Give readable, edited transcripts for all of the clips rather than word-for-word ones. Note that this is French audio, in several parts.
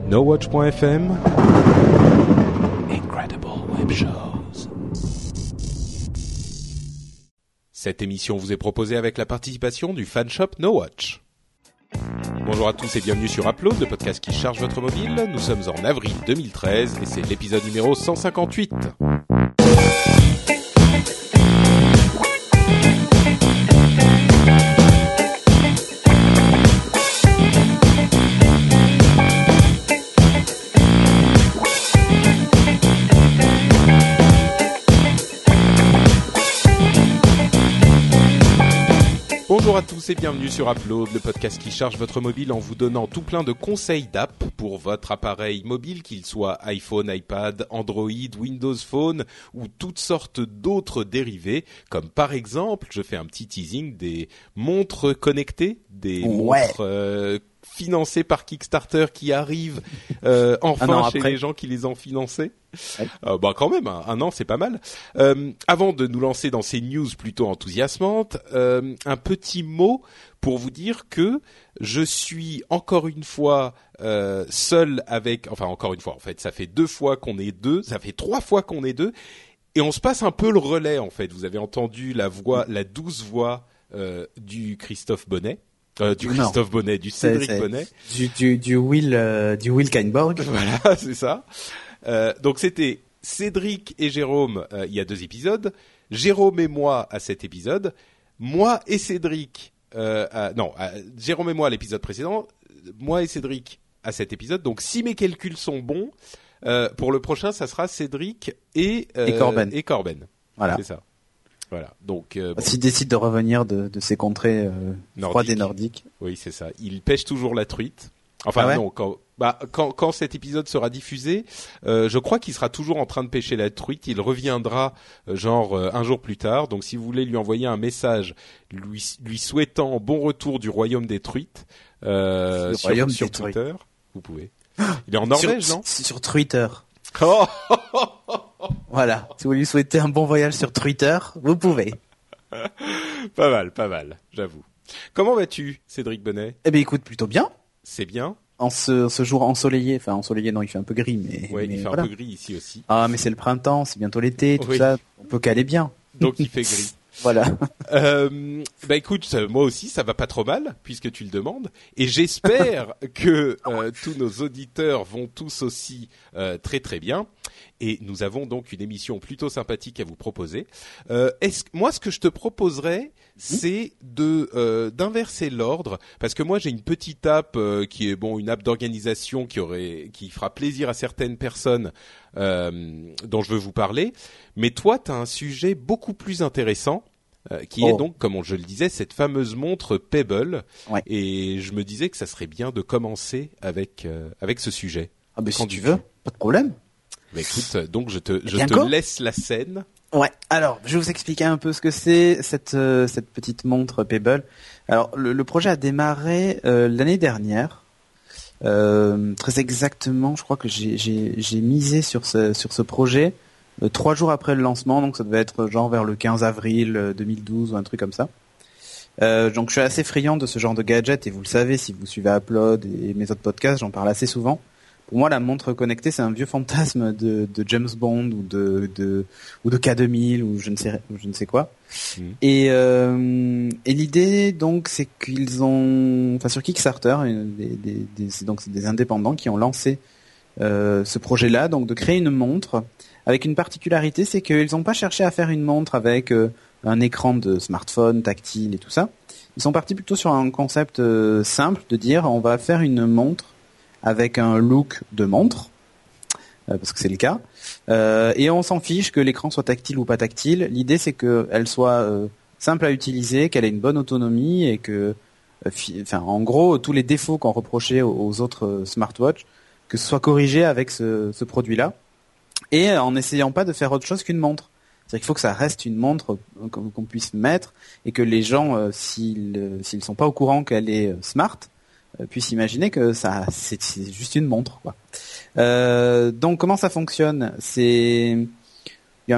NoWatch.fm Incredible Web Shows. Cette émission vous est proposée avec la participation du fanshop NoWatch. Bonjour à tous et bienvenue sur Upload, le podcast qui charge votre mobile. Nous sommes en avril 2013 et c'est l'épisode numéro 158. Bonjour à tous et bienvenue sur Upload, le podcast qui charge votre mobile en vous donnant tout plein de conseils d'app pour votre appareil mobile, qu'il soit iPhone, iPad, Android, Windows Phone ou toutes sortes d'autres dérivés, comme par exemple, je fais un petit teasing, des montres connectées, des montres financées par Kickstarter qui arrivent enfin chez les gens qui les ont financées. Quand même, un an c'est pas mal. Avant de nous lancer dans ces news plutôt enthousiasmantes, un petit mot pour vous dire que je suis encore une fois seul avec, encore une fois, en fait, ça fait 2 fois qu'on est 2, ça fait 3 fois qu'on est 2, et on se passe un peu le relais en fait. Vous avez entendu la douce voix du Christophe Bonnet. Du Cédric Bonnet. Du Will Kainborg. Voilà, c'est ça. Donc c'était Cédric et Jérôme il y a 2 épisodes, Jérôme et moi à cet épisode, moi et Cédric Jérôme et moi à l'épisode précédent, moi et Cédric à cet épisode. Donc si mes calculs sont bons, pour le prochain ça sera Cédric et Corben. Voilà. C'est ça. Voilà. Donc s'il décide de revenir de ces contrées froides et nordiques. Oui, c'est ça. Il pêche toujours la truite. Non, quand cet épisode sera diffusé, je crois qu'il sera toujours en train de pêcher la truite. Il reviendra un jour plus tard. Donc si vous voulez lui envoyer un message lui souhaitant bon retour du royaume des truites sur Twitter, vous pouvez. Il est en Norvège, non ? Sur Twitter. Oh voilà, si vous lui souhaitez un bon voyage sur Twitter, vous pouvez. Pas mal, j'avoue. Comment vas-tu, Cédric Bonnet ? Eh bien, écoute, plutôt bien. C'est bien. En ce jour ensoleillé, non, il fait un peu gris, mais il fait voilà. Un peu gris ici aussi. Ah, mais c'est le printemps, c'est bientôt l'été, tout ça, on peut caler bien. Donc il fait gris. Voilà. Écoute, moi aussi ça va pas trop mal puisque tu le demandes, et j'espère que tous nos auditeurs vont tous aussi très très bien. Et nous avons donc une émission plutôt sympathique à vous proposer. Moi, ce que je te proposerais, c'est d'inverser l'ordre, parce que moi j'ai une petite app qui est une app d'organisation qui fera plaisir à certaines personnes dont je veux vous parler. Mais toi, tu as un sujet beaucoup plus intéressant. Qui est donc, comme je le disais, cette fameuse montre Pebble. Ouais. Et je me disais que ça serait bien de commencer avec ce sujet. Ah ben si tu veux, pas de problème. Mais écoute, donc je te laisse la scène. Ouais. Alors, je vais vous expliquer un peu ce que c'est cette petite montre Pebble. Alors, le projet a démarré l'année dernière. Très exactement, je crois que j'ai misé sur ce projet 3 jours après le lancement, donc ça devait être vers le 15 avril 2012 ou un truc comme ça. Donc je suis assez friand de ce genre de gadget, et vous le savez si vous suivez Upload et mes autres podcasts, j'en parle assez souvent. Pour moi, la montre connectée, c'est un vieux fantasme de James Bond ou de K2000 ou je ne sais quoi. Et l'idée donc, c'est qu'ils ont, sur Kickstarter, c'est des indépendants qui ont lancé ce projet-là, donc de créer une montre avec une particularité, c'est qu'ils n'ont pas cherché à faire une montre avec un écran de smartphone tactile et tout ça. Ils sont partis plutôt sur un concept simple de dire on va faire une montre avec un look de montre, parce que c'est le cas, et on s'en fiche que l'écran soit tactile ou pas tactile. L'idée, c'est qu'elle soit simple à utiliser, qu'elle ait une bonne autonomie, et que, en gros, tous les défauts qu'on reprochait aux autres smartwatches, que ce soit corrigé avec ce produit-là, et en n'essayant pas de faire autre chose qu'une montre. C'est-à-dire qu'il faut que ça reste une montre qu'on puisse mettre, et que les gens, s'ils sont pas au courant qu'elle est smart, puissent imaginer que c'est juste une montre, quoi. Donc comment ça fonctionne ? Il y a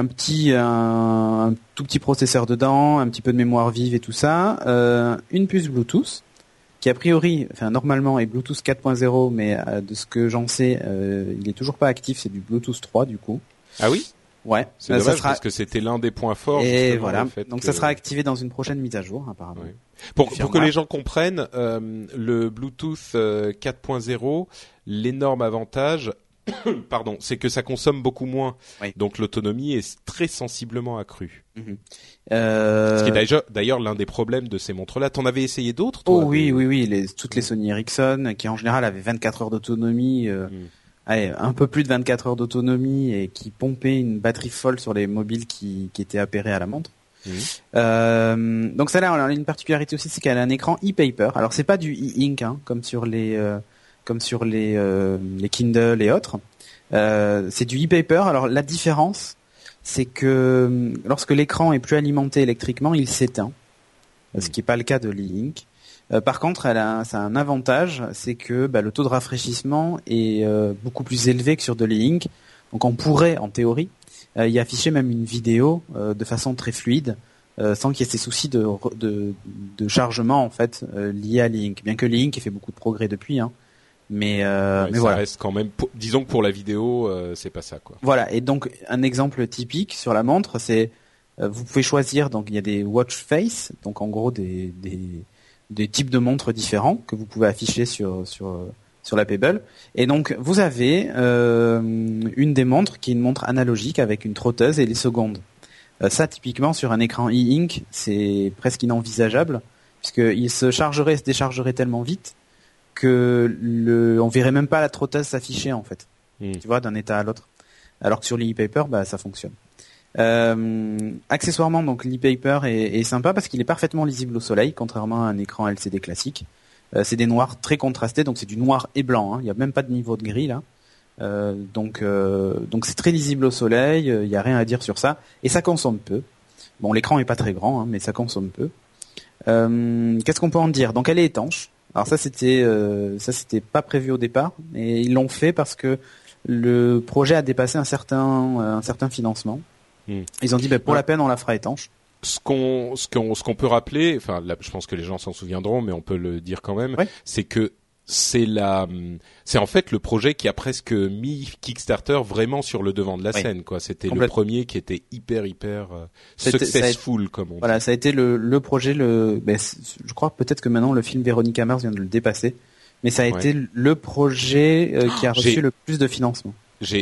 un tout petit processeur dedans, un petit peu de mémoire vive et tout ça, une puce Bluetooth qui a priori, enfin normalement est Bluetooth 4.0, mais de ce que j'en sais, il est toujours pas actif. C'est du Bluetooth 3 du coup. Ah oui. Ouais. C'est dommage parce que c'était l'un des points forts. Et voilà. Donc ça sera activé dans une prochaine mise à jour apparemment. Oui. Pour que les gens comprennent, le Bluetooth 4.0, l'énorme avantage, pardon, c'est que ça consomme beaucoup moins. Oui. Donc l'autonomie est très sensiblement accrue. Mm-hmm. Ce qui est d'ailleurs l'un des problèmes de ces montres-là. T'en avais essayé d'autres, toi? Oh oui. Toutes les Sony Ericsson, qui en général avaient 24 heures d'autonomie. Allez, un peu plus de 24 heures d'autonomie et qui pompaient une batterie folle sur les mobiles qui étaient appairés à la montre. Donc celle-là, elle a une particularité aussi, c'est qu'elle a un écran e-paper. Alors c'est pas du e-ink comme sur les Kindle et autres. C'est du e-paper. Alors la différence, c'est que lorsque l'écran est plus alimenté électriquement, il s'éteint, ce qui n'est pas le cas de l'e-ink. Par contre, ça a un avantage, c'est que le taux de rafraîchissement est beaucoup plus élevé que sur de l'e-ink. Donc on pourrait, en théorie, y afficher même une vidéo de façon très fluide, sans qu'il y ait ces soucis de chargement en fait liés à l'e-ink. Bien que l'e-ink ait fait beaucoup de progrès depuis, hein. Mais ça voilà. Reste quand même. Disons que pour la vidéo, c'est pas ça, quoi. Voilà. Et donc un exemple typique sur la montre, c'est vous pouvez choisir. Donc il y a des watch face, donc en gros des types de montres différents que vous pouvez afficher sur la Pebble. Et donc vous avez une des montres qui est une montre analogique avec une trotteuse et les secondes. Ça typiquement sur un écran e-ink, c'est presque inenvisageable puisqu'il se déchargerait tellement vite que on verrait même pas la trotteuse s'afficher en fait. Tu vois, d'un état à l'autre. Alors que sur l'e-paper, ça fonctionne. Accessoirement, donc l'e-paper est sympa parce qu'il est parfaitement lisible au soleil, contrairement à un écran LCD classique. C'est des noirs très contrastés, donc c'est du noir et blanc. Il n'y a même pas de niveau de gris là. Donc c'est très lisible au soleil. Il n'y a rien à dire sur ça et ça consomme peu. Bon, l'écran est pas très grand, mais ça consomme peu. Qu'est-ce qu'on peut en dire? Donc elle est étanche. Alors ça c'était pas prévu au départ, et ils l'ont fait parce que le projet a dépassé un certain financement. Ils ont dit pour la peine on la fera étanche. Ce qu'on peut rappeler, enfin là, je pense que les gens s'en souviendront, mais on peut le dire quand même, c'est que c'est en fait le projet qui a presque mis Kickstarter vraiment sur le devant de la scène, quoi. C'était le premier qui était hyper successful, comme on dit. Voilà, ça a été le projet. Je crois peut-être que maintenant le film Véronica Mars vient de le dépasser, mais ça a été le projet qui a reçu le plus de financement.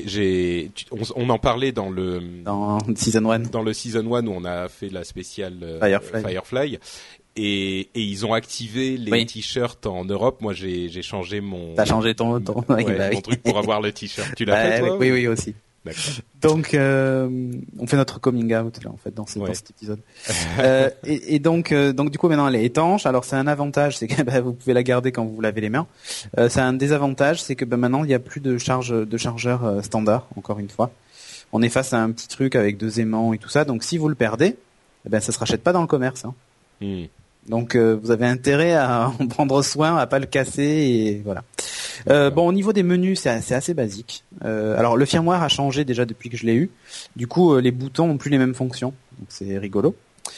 On en parlait dans Season 1. Dans le Season 1 où on a fait la spéciale Firefly. Et ils ont activé les t-shirts en Europe. Moi, j'ai changé mon... T'as changé ton mon truc pour avoir le t-shirt. Tu l'as fait, toi? Oui, aussi. D'accord. Donc, on fait notre coming out, là, en fait, dans cet épisode. Et donc, du coup, maintenant, elle est étanche. Alors, c'est un avantage, c'est que vous pouvez la garder quand vous vous lavez les mains. C'est un désavantage, c'est que maintenant, il n'y a plus de chargeur standard, encore une fois. On est face à un petit truc avec 2 aimants et tout ça. Donc, si vous le perdez, ça se rachète pas dans le commerce, hein. Donc vous avez intérêt à en prendre soin, à pas le casser et voilà. Au niveau des menus, c'est assez basique. Alors le firmware a changé déjà depuis que je l'ai eu. Du coup, les boutons ont plus les mêmes fonctions. Donc c'est rigolo.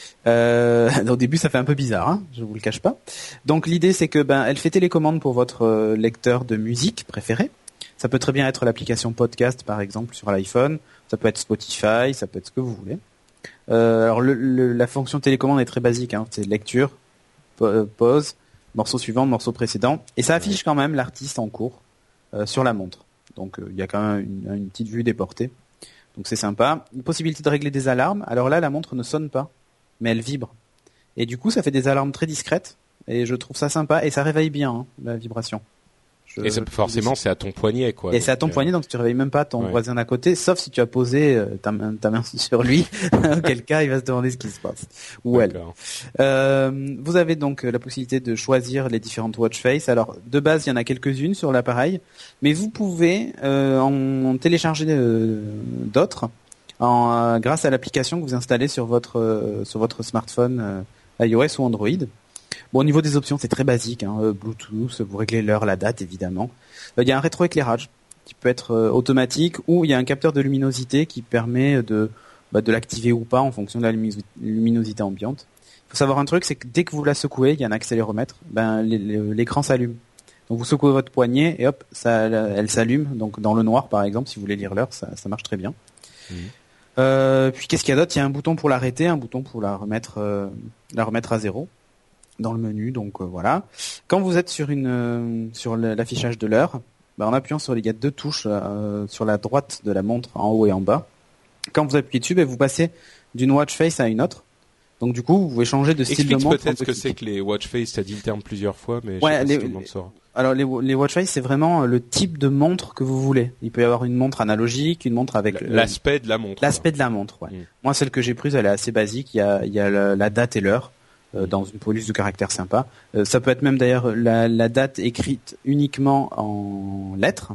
Au début, ça fait un peu bizarre, hein, je vous le cache pas. Donc l'idée c'est que elle fait télécommande pour votre lecteur de musique préféré. Ça peut très bien être l'application podcast par exemple sur l'iPhone. Ça peut être Spotify, ça peut être ce que vous voulez. Alors la fonction télécommande est très basique, hein. C'est lecture, pause, morceau suivant, morceau précédent, et ça affiche quand même l'artiste en cours sur la montre. Donc il y a quand même une petite vue déportée. Donc c'est sympa. Une possibilité de régler des alarmes. Alors là, la montre ne sonne pas, mais elle vibre. Et du coup, ça fait des alarmes très discrètes. Et je trouve ça sympa et ça réveille bien, hein, la vibration. Et forcément, c'est à ton poignet, quoi. Et c'est à ton poignet, donc tu réveilles même pas ton voisin d'à côté, sauf si tu as posé ta main sur lui. Auquel cas, il va se demander ce qui se passe. Ou elle. Vous avez donc la possibilité de choisir les différentes watch face. Alors, de base, il y en a quelques-unes sur l'appareil, mais vous pouvez en télécharger d'autres grâce à l'application que vous installez sur votre smartphone iOS ou Android. Bon, au niveau des options, c'est très basique, hein. Bluetooth, vous réglez l'heure, la date, évidemment. Il y a un rétroéclairage qui peut être automatique, ou il y a un capteur de luminosité qui permet de l'activer ou pas en fonction de la luminosité ambiante. faut savoir un truc, c'est que dès que vous la secouez, il y a un accéléromètre, l'écran s'allume. Donc vous secouez votre poignet et hop, elle s'allume. Donc dans le noir par exemple, si vous voulez lire l'heure, ça marche très bien. Puis qu'est-ce qu'il y a d'autre ? Il y a un bouton pour l'arrêter, un bouton pour la remettre à zéro dans le menu. Donc voilà. Quand vous êtes sur l'affichage de l'heure, en appuyant il y a deux touches sur la droite de la montre en haut et en bas. Quand vous appuyez dessus, vous passez d'une watch face à une autre. Donc du coup, vous pouvez changer de style de montre. Explique peut-être ce que c'est que les watch face. T'as dit le terme plusieurs fois, mais ouais, je sais pas si tout le monde saura. Alors les watch face, c'est vraiment le type de montre que vous voulez. Il peut y avoir une montre analogique, une montre avec l'aspect de la montre. L'aspect de la montre, ouais. Moi, celle que j'ai prise, elle est assez basique. Il y a la date et l'heure dans une police de caractère sympa. Ça peut être même d'ailleurs la date écrite uniquement en lettres.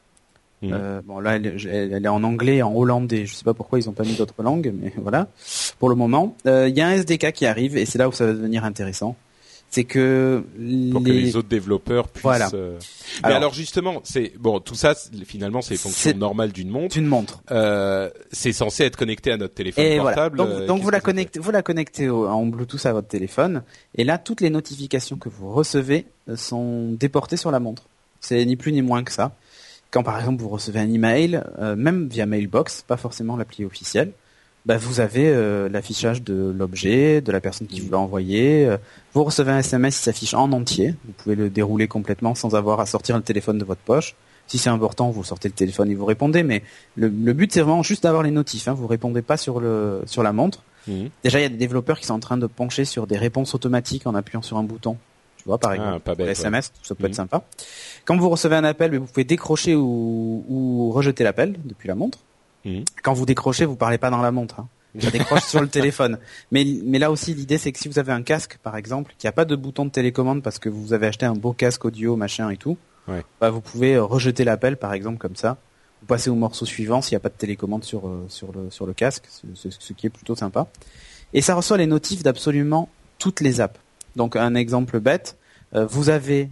Là, elle est en anglais et en hollandais. Je sais pas pourquoi ils ont pas mis d'autres langues, mais voilà. Pour le moment, il y a un SDK qui arrive et c'est là où ça va devenir intéressant. C'est que pour que les autres développeurs puissent. Voilà. Mais alors justement, tout ça finalement c'est les fonctions normales d'une montre. D'une montre. C'est censé être connecté à notre téléphone portable. Voilà. Donc vous la connectez en Bluetooth à votre téléphone et là toutes les notifications que vous recevez sont déportées sur la montre. C'est ni plus ni moins que ça. Quand par exemple vous recevez un email, même via Mailbox, pas forcément l'appli officielle, vous avez l'affichage de l'objet, de la personne qui vous l'a envoyé. Vous recevez un SMS, il s'affiche en entier. Vous pouvez le dérouler complètement sans avoir à sortir le téléphone de votre poche. Si c'est important, vous sortez le téléphone et vous répondez. Mais le but, c'est vraiment juste d'avoir les notifs. Vous répondez pas sur la montre. Déjà, il y a des développeurs qui sont en train de pencher sur des réponses automatiques en appuyant sur un bouton. Tu vois, par exemple, pour SMS, ça peut être sympa. Quand vous recevez un appel, vous pouvez décrocher ou rejeter l'appel depuis la montre. Quand vous décrochez, vous parlez pas dans la montre. Ça décroche sur le téléphone. Mais là aussi, l'idée, c'est que si vous avez un casque, par exemple, qui a pas de bouton de télécommande parce que vous avez acheté un beau casque audio, machin et tout, vous pouvez rejeter l'appel, par exemple, comme ça. Vous passez au morceau suivant s'il n'y a pas de télécommande sur le casque, ce qui est plutôt sympa. Et ça reçoit les notifs d'absolument toutes les apps. Donc, un exemple bête, vous avez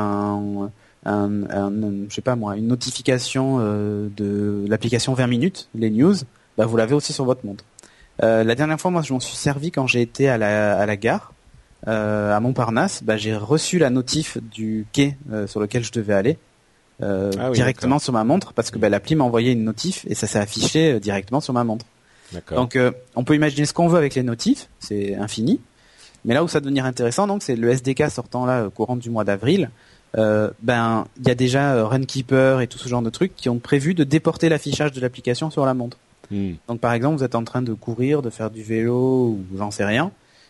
je sais pas moi, une notification de l'application 20 minutes, les news, vous l'avez aussi sur votre montre. La dernière fois, moi, je m'en suis servi quand j'ai été à la gare, à Montparnasse. J'ai reçu la notif du quai sur lequel je devais aller directement sur ma montre parce que l'appli m'a envoyé une notif et ça s'est affiché directement sur ma montre. D'accord. Donc, on peut imaginer ce qu'on veut avec les notifs, c'est infini. Mais là où ça va devenir intéressant, donc, c'est le SDK sortant là courant du mois d'avril. Il y a déjà Runkeeper et tout ce genre de trucs qui ont prévu de déporter l'affichage de l'application sur la montre. Donc par exemple, vous êtes en train de courir, de faire du vélo ou j'en sais rien.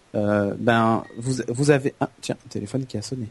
Vous avez tiens, un téléphone qui a sonné.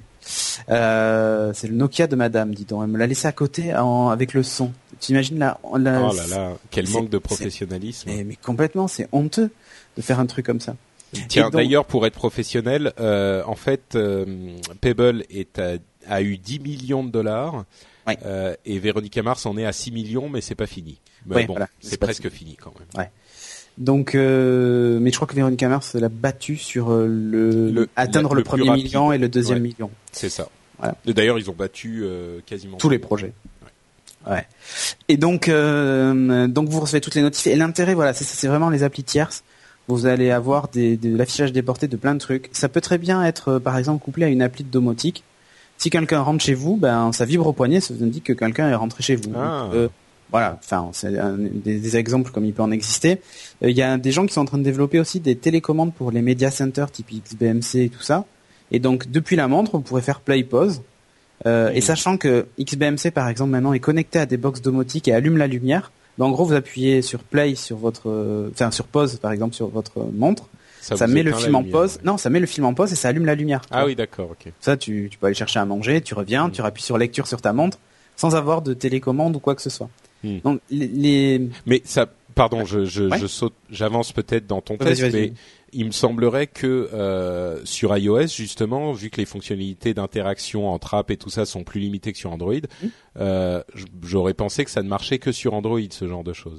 C'est le Nokia de madame, dis donc. Elle me l'a laissé à côté avec le son. Tu imagines là oh là là, quel manque de professionnalisme. Mais complètement, c'est honteux de faire un truc comme ça. Tiens, d'ailleurs, pour être professionnel, en fait, Pebble a eu 10 millions de dollars et Veronica Mars en est à 6 millions, mais c'est pas fini. Mais bon, c'est presque fini quand même. Ouais. Donc, mais je crois que Veronica Mars l'a battu sur atteindre le premier million et le deuxième million. C'est ça. Voilà. D'ailleurs, ils ont battu quasiment tous les projets. Ouais. Et donc vous recevez toutes les notifications. Et l'intérêt, c'est vraiment les applis tierces. Vous allez avoir de l'affichage déporté de plein de trucs. Ça peut très bien être, par exemple, couplé à une appli de domotique. Si quelqu'un rentre chez vous, ça vibre au poignet, ça vous indique que quelqu'un est rentré chez vous. Donc, voilà, enfin, c'est des exemples comme il peut en exister. Il y a des gens qui sont en train de développer aussi des télécommandes pour les media centers type XBMC et tout ça. Et donc, depuis la montre, vous pourrez faire play-pause. Et sachant que XBMC, par exemple, maintenant est connecté à des box domotiques et allume la lumière. En gros, vous appuyez sur play sur sur pause, par exemple, sur votre montre. Ça met le film en pause. Non, ça met le film en pause et ça allume la lumière. Ah oui, d'accord, ok. Ça, tu peux aller chercher à manger, tu reviens, tu appuies sur lecture sur ta montre, sans avoir de télécommande ou quoi que ce soit. Donc, Mais ça, pardon, je saute, j'avance peut-être dans ton test, mais il me semblerait que sur iOS, justement, vu que les fonctionnalités d'interaction entre apps et tout ça sont plus limitées que sur Android, j'aurais pensé que ça ne marchait que sur Android, ce genre de choses.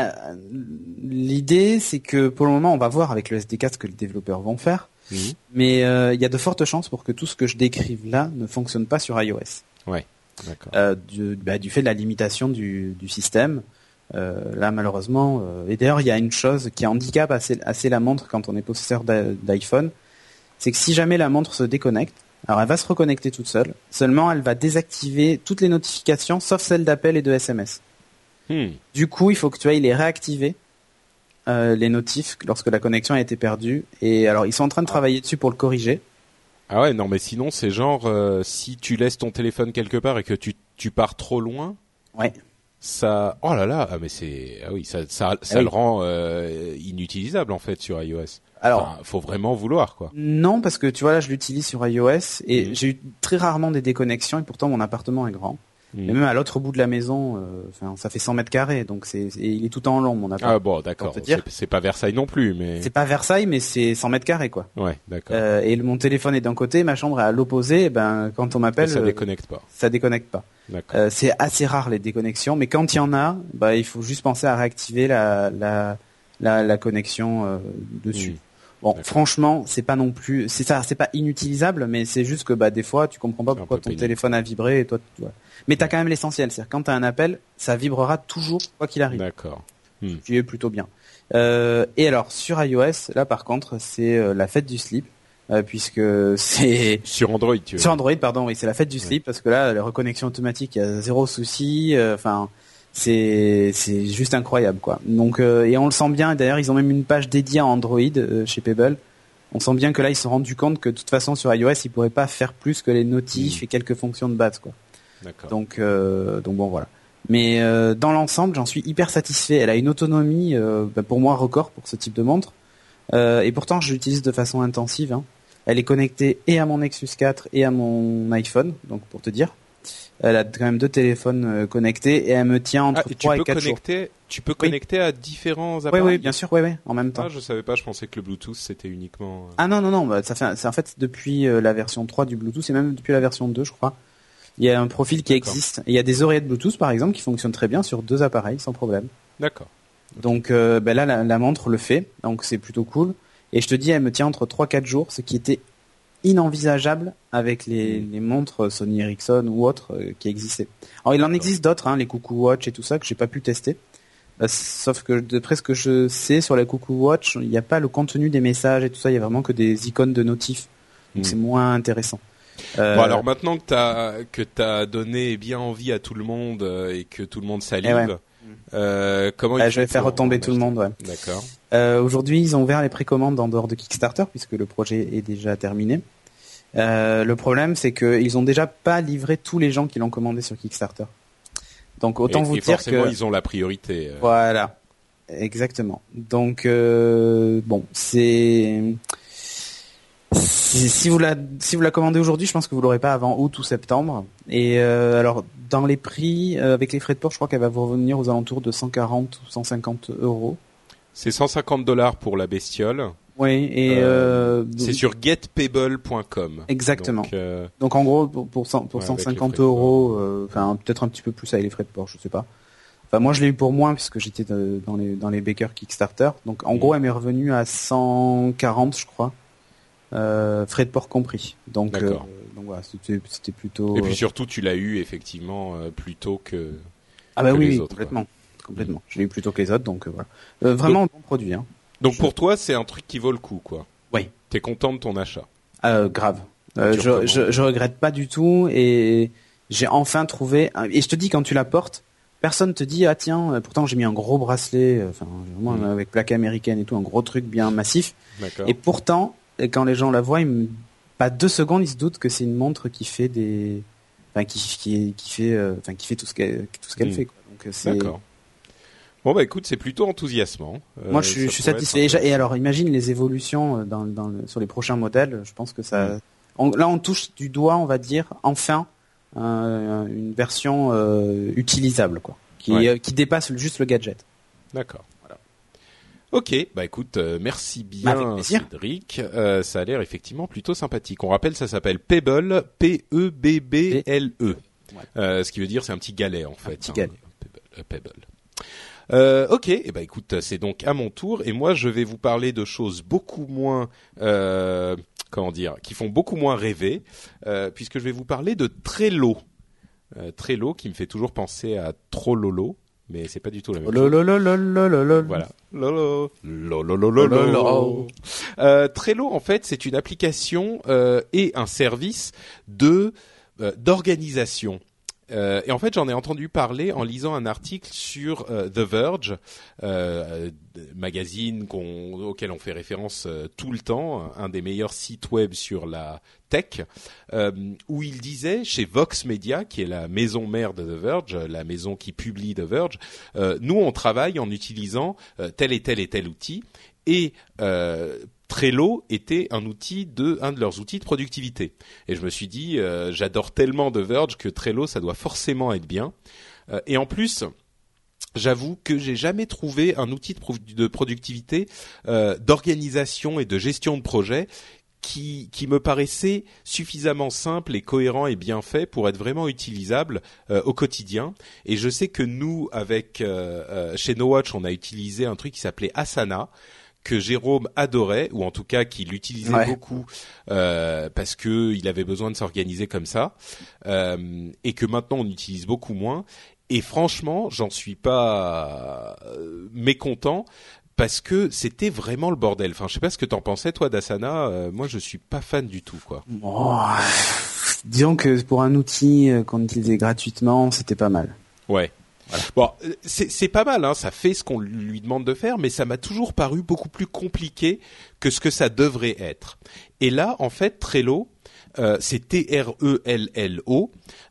L'idée, c'est que pour le moment, on va voir avec le SDK ce que les développeurs vont faire, mais il y a de fortes chances pour que tout ce que je décrive là ne fonctionne pas sur iOS. Ouais, d'accord. Du fait de la limitation du système. Là malheureusement et d'ailleurs il y a une chose qui handicape assez la montre quand on est possesseur d'iPhone, c'est que si jamais la montre se déconnecte, alors elle va se reconnecter toute seule. Seulement, elle va désactiver toutes les notifications, sauf celles d'appel et de SMS. Du coup, il faut que tu ailles les réactiver, les notifs, lorsque la connexion a été perdue. Et alors, ils sont en train de travailler dessus pour le corriger. Ah ouais, non, mais sinon, c'est genre, si tu laisses ton téléphone quelque part et que tu pars trop loin. Ouais. Ça, oh là là, ça le rend inutilisable en fait sur iOS. Alors, faut vraiment vouloir quoi. Non, parce que tu vois là, je l'utilise sur iOS et j'ai eu très rarement des déconnexions et pourtant mon appartement est grand. Mais même à l'autre bout de la maison, ça fait 100 mètres carrés, donc il est tout en long mon appartement. Ah bon, d'accord. C'est pas Versailles non plus, mais. C'est pas Versailles, mais c'est 100 mètres carrés quoi. Ouais, d'accord. Et mon téléphone est d'un côté, ma chambre est à l'opposé. Ben quand on m'appelle, ça déconnecte pas. Ça déconnecte pas. C'est assez rare les déconnexions, mais quand il y en a, bah il faut juste penser à réactiver la connexion dessus. Bon, franchement, c'est pas non plus, c'est pas inutilisable, mais c'est juste que bah des fois tu comprends pas pourquoi ton téléphone a vibré et toi. Mais t'as quand même l'essentiel, c'est-à-dire quand t'as un appel, ça vibrera toujours quoi qu'il arrive. D'accord. Qui est plutôt bien. Et alors sur iOS, là par contre, c'est la fête du slip. Puisque c'est sur Android, tu veux. Sur Android, pardon, oui, c'est la fête du slip parce que là, la reconnexion automatique, il y a zéro souci. Enfin, c'est juste incroyable, quoi. Donc, et on le sent bien. D'ailleurs, ils ont même une page dédiée à Android chez Pebble. On sent bien que là, ils se sont rendus compte que de toute façon, sur iOS, ils pourraient pas faire plus que les notifs et quelques fonctions de base, quoi. D'accord. Donc bon, voilà. Mais dans l'ensemble, j'en suis hyper satisfait. Elle a une autonomie, pour moi, record pour ce type de montre. Et pourtant, je l'utilise de façon intensive. Hein. Elle est connectée et à mon Nexus 4 et à mon iPhone, donc pour te dire. Elle a quand même 2 téléphones connectés et elle me tient entre 3 et 4 jours. Tu peux connecter à différents appareils. Oui, bien sûr, oui, en même temps. Ah, je savais pas, je pensais que le Bluetooth c'était uniquement. Ah non, bah, c'est en fait depuis la version 3 du Bluetooth et même depuis la version 2, je crois. Il y a un profil qui existe. Et il y a des oreillettes Bluetooth par exemple qui fonctionnent très bien sur 2 appareils sans problème. D'accord. Donc là, la montre le fait, donc c'est plutôt cool. Et je te dis, elle me tient entre 3-4 jours, ce qui était inenvisageable avec les montres Sony Ericsson ou autres qui existaient. Alors il en existe d'autres, hein, les Cuckoo Watch et tout ça, que j'ai pas pu tester. Sauf que d'après ce que je sais sur la Cuckoo Watch, il n'y a pas le contenu des messages et tout ça, il y a vraiment que des icônes de notifs. Donc c'est moins intéressant. Bon, alors maintenant que t'as donné bien envie à tout le monde et que tout le monde salive, comment je vais faire retomber tout le monde, ouais. D'accord. Aujourd'hui, ils ont ouvert les précommandes en dehors de Kickstarter puisque le projet est déjà terminé. Le problème, c'est qu'ils ont déjà pas livré tous les gens qui l'ont commandé sur Kickstarter. Donc autant vous dire que forcément, ils ont la priorité. Voilà, exactement. Donc bon, si vous la commandez aujourd'hui, je pense que vous l'aurez pas avant août ou septembre. Et alors dans les prix avec les frais de port, je crois qu'elle va vous revenir aux alentours de 140 ou 150 €. C'est $150 pour la bestiole. Oui, et c'est sur getpebble.com. Exactement. Donc en gros pour 150 €, enfin peut-être un petit peu plus avec les frais de port, je sais pas. Enfin moi je l'ai eu pour moins puisque j'étais dans les backers Kickstarter. Donc en gros elle m'est revenue à 140 je crois. Frais de port compris. Donc voilà, c'était plutôt. Et puis surtout, tu l'as eu effectivement plus tôt que. Ah bah que oui, les autres, complètement. Je l'ai eu plus tôt que les autres, donc voilà. Vraiment bon produit. Hein. Donc pour toi, c'est un truc qui vaut le coup, quoi. Oui. T'es content de ton achat. Grave. Je regrette pas du tout et j'ai enfin trouvé. Et je te dis quand tu la portes, personne te dit ah tiens, pourtant j'ai mis un gros bracelet, vraiment avec plaque américaine et tout, un gros truc bien massif. D'accord. Et pourtant. Et quand les gens la voient, pas 2 secondes, ils se doutent que c'est une montre qui fait qui fait tout ce qu'elle fait, quoi. Donc D'accord. Bon bah écoute, c'est plutôt enthousiasmant. Moi je suis satisfait. Et alors imagine les évolutions sur les prochains modèles. Je pense que ça. Là on touche du doigt, on va dire, enfin une version utilisable, quoi, qui dépasse juste le gadget. D'accord. Ok, bah écoute, merci bien Cédric, ça a l'air effectivement plutôt sympathique. On rappelle, ça s'appelle Pebble, P-E-B-B-L-E, ce qui veut dire c'est un petit galet en fait. Un petit galet. Pebble. Ok, et bah écoute, c'est donc à mon tour et moi je vais vous parler de choses beaucoup moins, qui font beaucoup moins rêver, puisque je vais vous parler de Trello. Trello qui me fait toujours penser à Trollolo. mais c'est pas du tout la même chose. Lolololololol. Voilà. Lolo. Lolololololo. Trello, en fait, c'est une application et un service d'organisation. Et en fait, j'en ai entendu parler en lisant un article sur The Verge, magazine auquel on fait référence tout le temps, un des meilleurs sites web sur la tech, où il disait chez Vox Media, qui est la maison mère de The Verge, la maison qui publie The Verge, nous on travaille en utilisant tel et tel et tel outil, et Trello était un de leurs outils de productivité. Et je me suis dit, j'adore tellement The Verge que Trello, ça doit forcément être bien. Et en plus, j'avoue que j'ai jamais trouvé un outil de productivité, d'organisation et de gestion de projet qui me paraissait suffisamment simple et cohérent et bien fait pour être vraiment utilisable au quotidien. Et je sais que nous, avec chez NoWatch, on a utilisé un truc qui s'appelait Asana, que Jérôme adorait, ou en tout cas qu'il utilisait beaucoup parce que il avait besoin de s'organiser comme ça, et que maintenant on utilise beaucoup moins. Et franchement, j'en suis pas mécontent parce que c'était vraiment le bordel. Enfin, je sais pas ce que t'en pensais toi d'Asana. Moi, je suis pas fan du tout, quoi. Oh, disons que pour un outil qu'on utilisait gratuitement, c'était pas mal. Ouais. Voilà. Bon, c'est pas mal, hein, ça fait ce qu'on lui demande de faire, mais ça m'a toujours paru beaucoup plus compliqué que ce que ça devrait être. Et là, en fait, Trello, c'est Trello,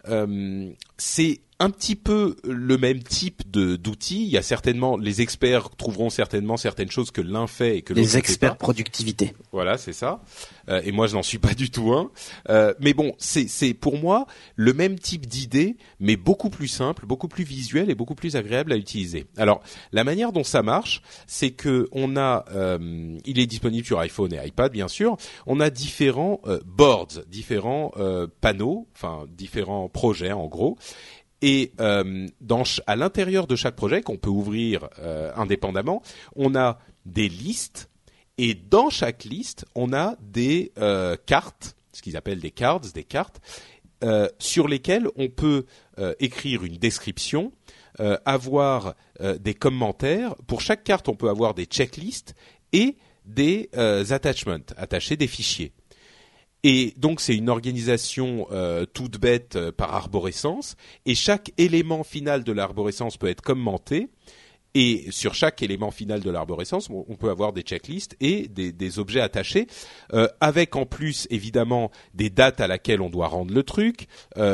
c'est un petit peu le même type d'outils. Il y a certainement, les experts trouveront certainement certaines choses que l'un fait et que l'autre ne fait pas. Les experts productivité. Voilà, c'est ça. Et moi, je n'en suis pas du tout un. Mais bon, c'est pour moi le même type d'idée, mais beaucoup plus simple, beaucoup plus visuel et beaucoup plus agréable à utiliser. Alors, la manière dont ça marche, c'est que on a, il est disponible sur iPhone et iPad, bien sûr. On a différents boards, différents panneaux, enfin différents projets en gros. Et à l'intérieur de chaque projet qu'on peut ouvrir indépendamment, on a des listes. Et dans chaque liste, on a des cartes, ce qu'ils appellent des cards, des cartes, sur lesquelles on peut écrire une description, avoir des commentaires. Pour chaque carte, on peut avoir des checklists et des attachments, attacher des fichiers. Et donc c'est une organisation toute bête par arborescence, et chaque élément final de l'arborescence peut être commenté. Et sur chaque élément final de l'arborescence, on peut avoir des checklists et des objets attachés, avec en plus évidemment des dates à laquelle on doit rendre le truc,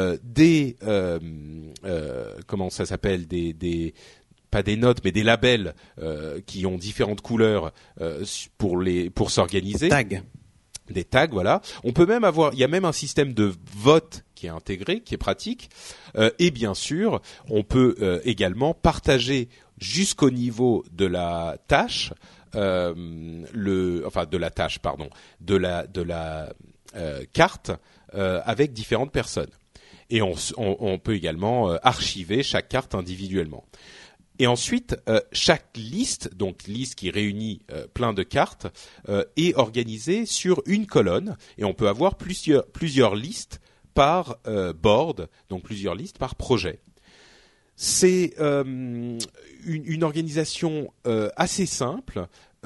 comment ça s'appelle, pas des notes mais des labels qui ont différentes couleurs pour s'organiser. Des tags, voilà. On peut même il y a même un système de vote qui est intégré, qui est pratique. Et bien sûr, on peut également partager jusqu'au niveau de la tâche, de la carte avec différentes personnes. Et on peut également archiver chaque carte individuellement. Et ensuite, chaque liste, donc liste qui réunit plein de cartes, est organisée sur une colonne, et on peut avoir plusieurs listes par board, donc plusieurs listes par projet. C'est une organisation assez simple.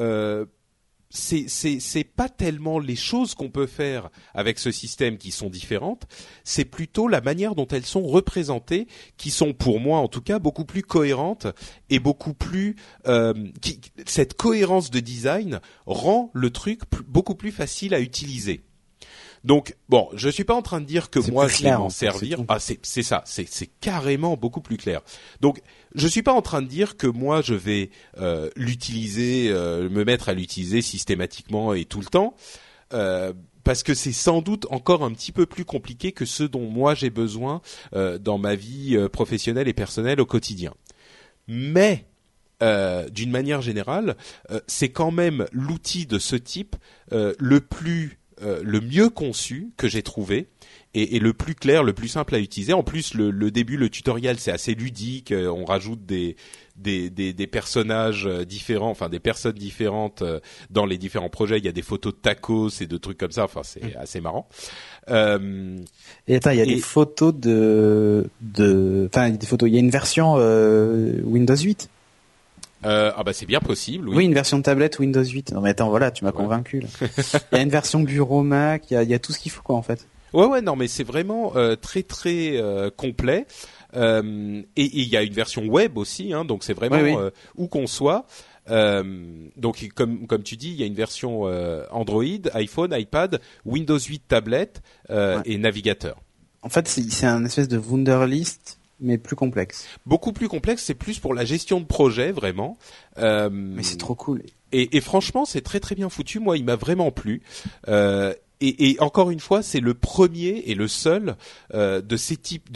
C'est pas tellement les choses qu'on peut faire avec ce système qui sont différentes, c'est plutôt la manière dont elles sont représentées qui sont, pour moi en tout cas, beaucoup plus cohérentes et beaucoup plus cette cohérence de design rend le truc beaucoup plus facile à utiliser. Donc bon, je suis pas en train de dire que moi je vais m'en servir. C'est ça, c'est carrément beaucoup plus clair. Donc je suis pas en train de dire que moi je vais l'utiliser, me mettre à l'utiliser systématiquement et tout le temps, parce que c'est sans doute encore un petit peu plus compliqué que ce dont moi j'ai besoin dans ma vie professionnelle et personnelle au quotidien. Mais d'une manière générale, c'est quand même l'outil de ce type le mieux conçu que j'ai trouvé, et le plus clair, le plus simple à utiliser. En plus, le début, le tutoriel, c'est assez ludique. On rajoute des personnages différents, enfin des personnes différentes dans les différents projets. Il y a des photos de tacos et de trucs comme ça. Enfin, c'est assez marrant. Et attends, il y a des photos enfin des photos. Il y a une version Windows 8. C'est bien possible. Oui. Oui, une version de tablette Windows 8. Non mais attends, voilà, tu m'as convaincu. Là. Il y a une version bureau Mac. Il y a tout ce qu'il faut quoi en fait. Ouais, non, mais c'est vraiment très très complet. Et il y a une version web aussi, hein, donc c'est vraiment où qu'on soit. Donc comme tu dis, il y a une version Android, iPhone, iPad, Windows 8 tablette et navigateur. En fait, c'est un espèce de Wunderlist, mais plus complexe. Beaucoup plus complexe, c'est plus pour la gestion de projet, vraiment. Mais c'est trop cool. Et franchement, c'est très très bien foutu. Moi, il m'a vraiment plu. Et encore une fois, c'est le premier et le seul de ce type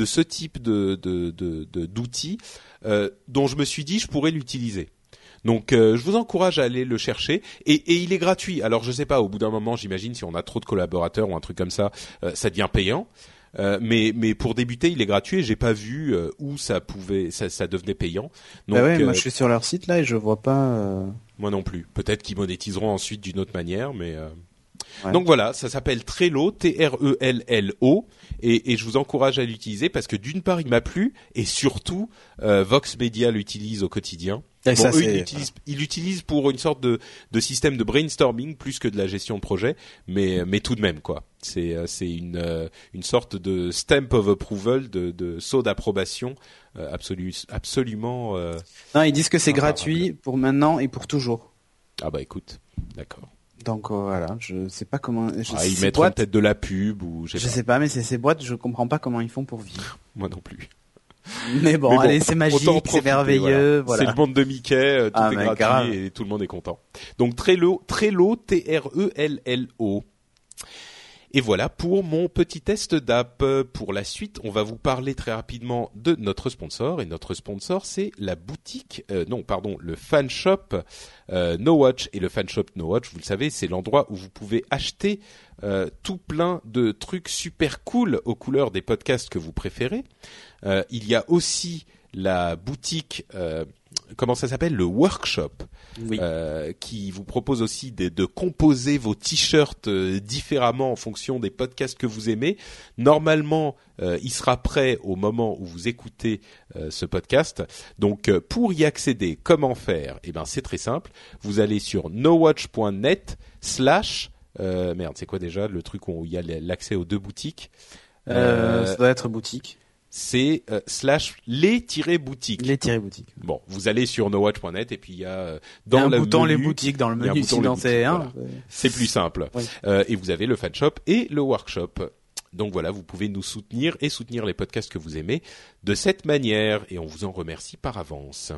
d'outils dont je me suis dit je pourrais l'utiliser. Donc je vous encourage à aller le chercher et il est gratuit. Alors je sais pas, au bout d'un moment, j'imagine si on a trop de collaborateurs ou un truc comme ça, ça devient payant. Mais pour débuter, il est gratuit et j'ai pas vu où ça devenait payant. Donc, moi je suis sur leur site là et je vois pas. Moi non plus. Peut-être qu'ils monétiseront ensuite d'une autre manière, mais. Donc voilà, ça s'appelle Trello, Trello, et je vous encourage à l'utiliser parce que d'une part il m'a plu et surtout Vox Media l'utilise au quotidien. Ils l'utilisent pour une sorte de système de brainstorming plus que de la gestion de projet, mais tout de même quoi. C'est une sorte de stamp of approval, de sceau d'approbation absolument. Non, ils disent que c'est gratuit pour maintenant et pour toujours. Ah bah écoute, d'accord. Donc voilà, je sais pas comment. Ils mettront peut-être de la pub ou je sais pas, mais ces boîtes, je comprends pas comment ils font pour vivre. Moi non plus. Mais bon, allez, c'est magique, c'est merveilleux. Voilà. C'est le monde de Mickey, tout est gratuit grave. Et tout le monde est content. Donc Trello, Trello. Et voilà pour mon petit test d'app. Pour la suite, on va vous parler très rapidement de notre sponsor. Et notre sponsor, c'est la boutique, le fan shop NoWatch. Et le fan shop NoWatch, vous le savez, c'est l'endroit où vous pouvez acheter tout plein de trucs super cool aux couleurs des podcasts que vous préférez. Il y a aussi la boutique, comment ça s'appelle, le workshop, qui vous propose aussi de composer vos t-shirts différemment en fonction des podcasts que vous aimez. Normalement, il sera prêt au moment où vous écoutez ce podcast. Donc, pour y accéder, comment faire ? Eh ben, c'est très simple. Vous allez sur nowatch.net/ c'est quoi déjà le truc où il y a l'accès aux deux boutiques ? Ça doit être boutique. C'est /les-boutiques. Les-boutiques. Bon, vous allez sur nowatch.net et puis il y a dans le bouton les boutiques dans le menu. C'est plus simple. Oui. Et vous avez le fan shop et le workshop. Donc voilà, vous pouvez nous soutenir et soutenir les podcasts que vous aimez de cette manière et on vous en remercie par avance.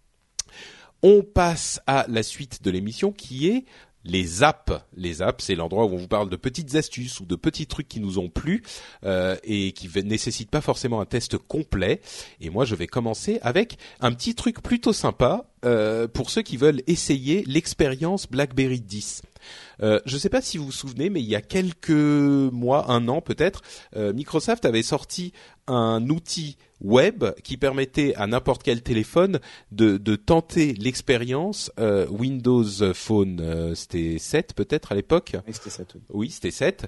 On passe à la suite de l'émission qui est les apps. Les apps, c'est l'endroit où on vous parle de petites astuces ou de petits trucs qui nous ont plu et qui ne nécessitent pas forcément un test complet. Et moi, je vais commencer avec un petit truc plutôt sympa pour ceux qui veulent essayer l'expérience BlackBerry 10. Je ne sais pas si vous vous souvenez, mais il y a quelques mois, un an peut-être, Microsoft avait sorti un outil web qui permettait à n'importe quel téléphone de tenter l'expérience Windows Phone, c'était 7 peut-être à l'époque. Oui, c'était 7. Oui, c'était 7.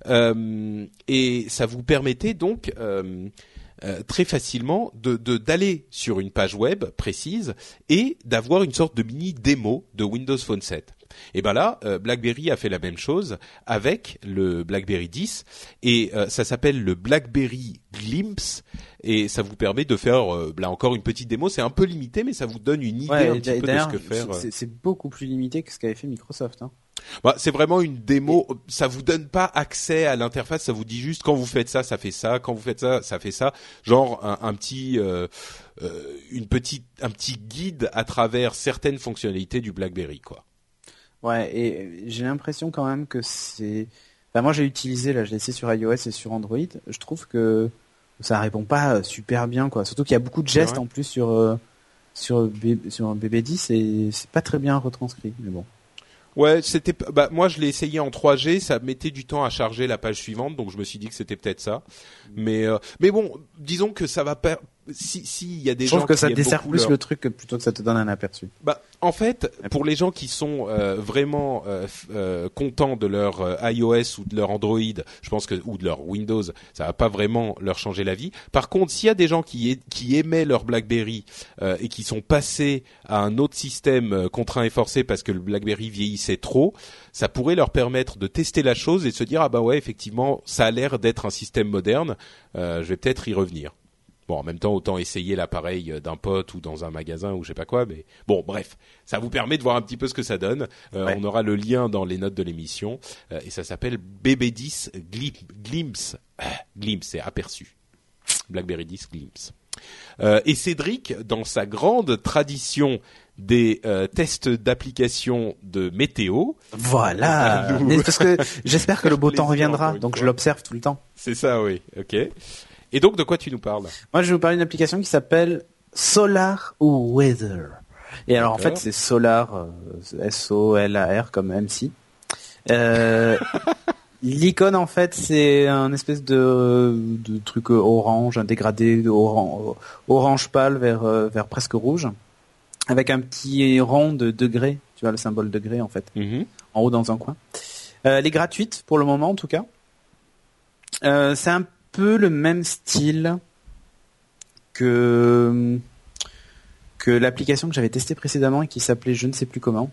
Et ça vous permettait donc très facilement d'aller sur une page web précise et d'avoir une sorte de mini démo de Windows Phone 7. Et ben là, BlackBerry a fait la même chose avec le BlackBerry 10 et ça s'appelle le BlackBerry Glimpse et ça vous permet de faire là encore une petite démo. C'est un peu limité, mais ça vous donne une idée un petit peu de ce que faire. C'est beaucoup plus limité que ce qu'avait fait Microsoft. Hein. C'est vraiment une démo. Ça vous donne pas accès à l'interface. Ça vous dit juste quand vous faites ça, ça fait ça. Quand vous faites ça, ça fait ça. Genre un petit guide à travers certaines fonctionnalités du BlackBerry, quoi. Ouais, et j'ai l'impression quand même que c'est. Enfin, moi, j'ai utilisé, là, je l'ai essayé sur iOS et sur Android. Je trouve que ça répond pas super bien, quoi. Surtout qu'il y a beaucoup de gestes en plus sur un BB10 et c'est pas très bien retranscrit, mais bon. Ouais, moi je l'ai essayé en 3G, ça mettait du temps à charger la page suivante, donc je me suis dit que c'était peut-être ça. Mais bon, disons que ça va pas. Si il y a des gens Je trouve que qui ça aiment dessert beaucoup plus le truc plutôt que ça te donne un aperçu. En fait, pour les gens qui sont vraiment contents de leur iOS ou de leur Android, je pense que ou de leur Windows, ça va pas vraiment leur changer la vie. Par contre, s'il y a des gens qui aimaient leur BlackBerry et qui sont passés à un autre système contraint et forcé parce que le BlackBerry vieillissait trop, ça pourrait leur permettre de tester la chose et de se dire ah bah ouais, effectivement, ça a l'air d'être un système moderne, je vais peut-être y revenir. Bon, en même temps, autant essayer l'appareil d'un pote ou dans un magasin ou je sais pas quoi, mais bon, bref, ça vous permet de voir un petit peu ce que ça donne. On aura le lien dans les notes de l'émission et ça s'appelle BB10 Glimpse. Glimpse, c'est aperçu. BlackBerry 10 Glimpse. Et Cédric, dans sa grande tradition des tests d'application de météo. Voilà. Parce que j'espère que le beau temps reviendra, donc je l'observe tout le temps. C'est ça, oui. Ok. Et donc, de quoi tu nous parles? Moi, je vais vous parler d'une application qui s'appelle Solar Weather. Et alors, en fait, c'est Solar, S-O-L-A-R, comme MC. L'icône, en fait, c'est un espèce de truc orange, un dégradé orange pâle vers presque rouge, avec un petit rond de degré. Tu vois, le symbole degré, en fait, en haut dans un coin. Elle est gratuite, pour le moment, en tout cas. C'est un peu le même style que l'application que j'avais testée précédemment et qui s'appelait je ne sais plus comment.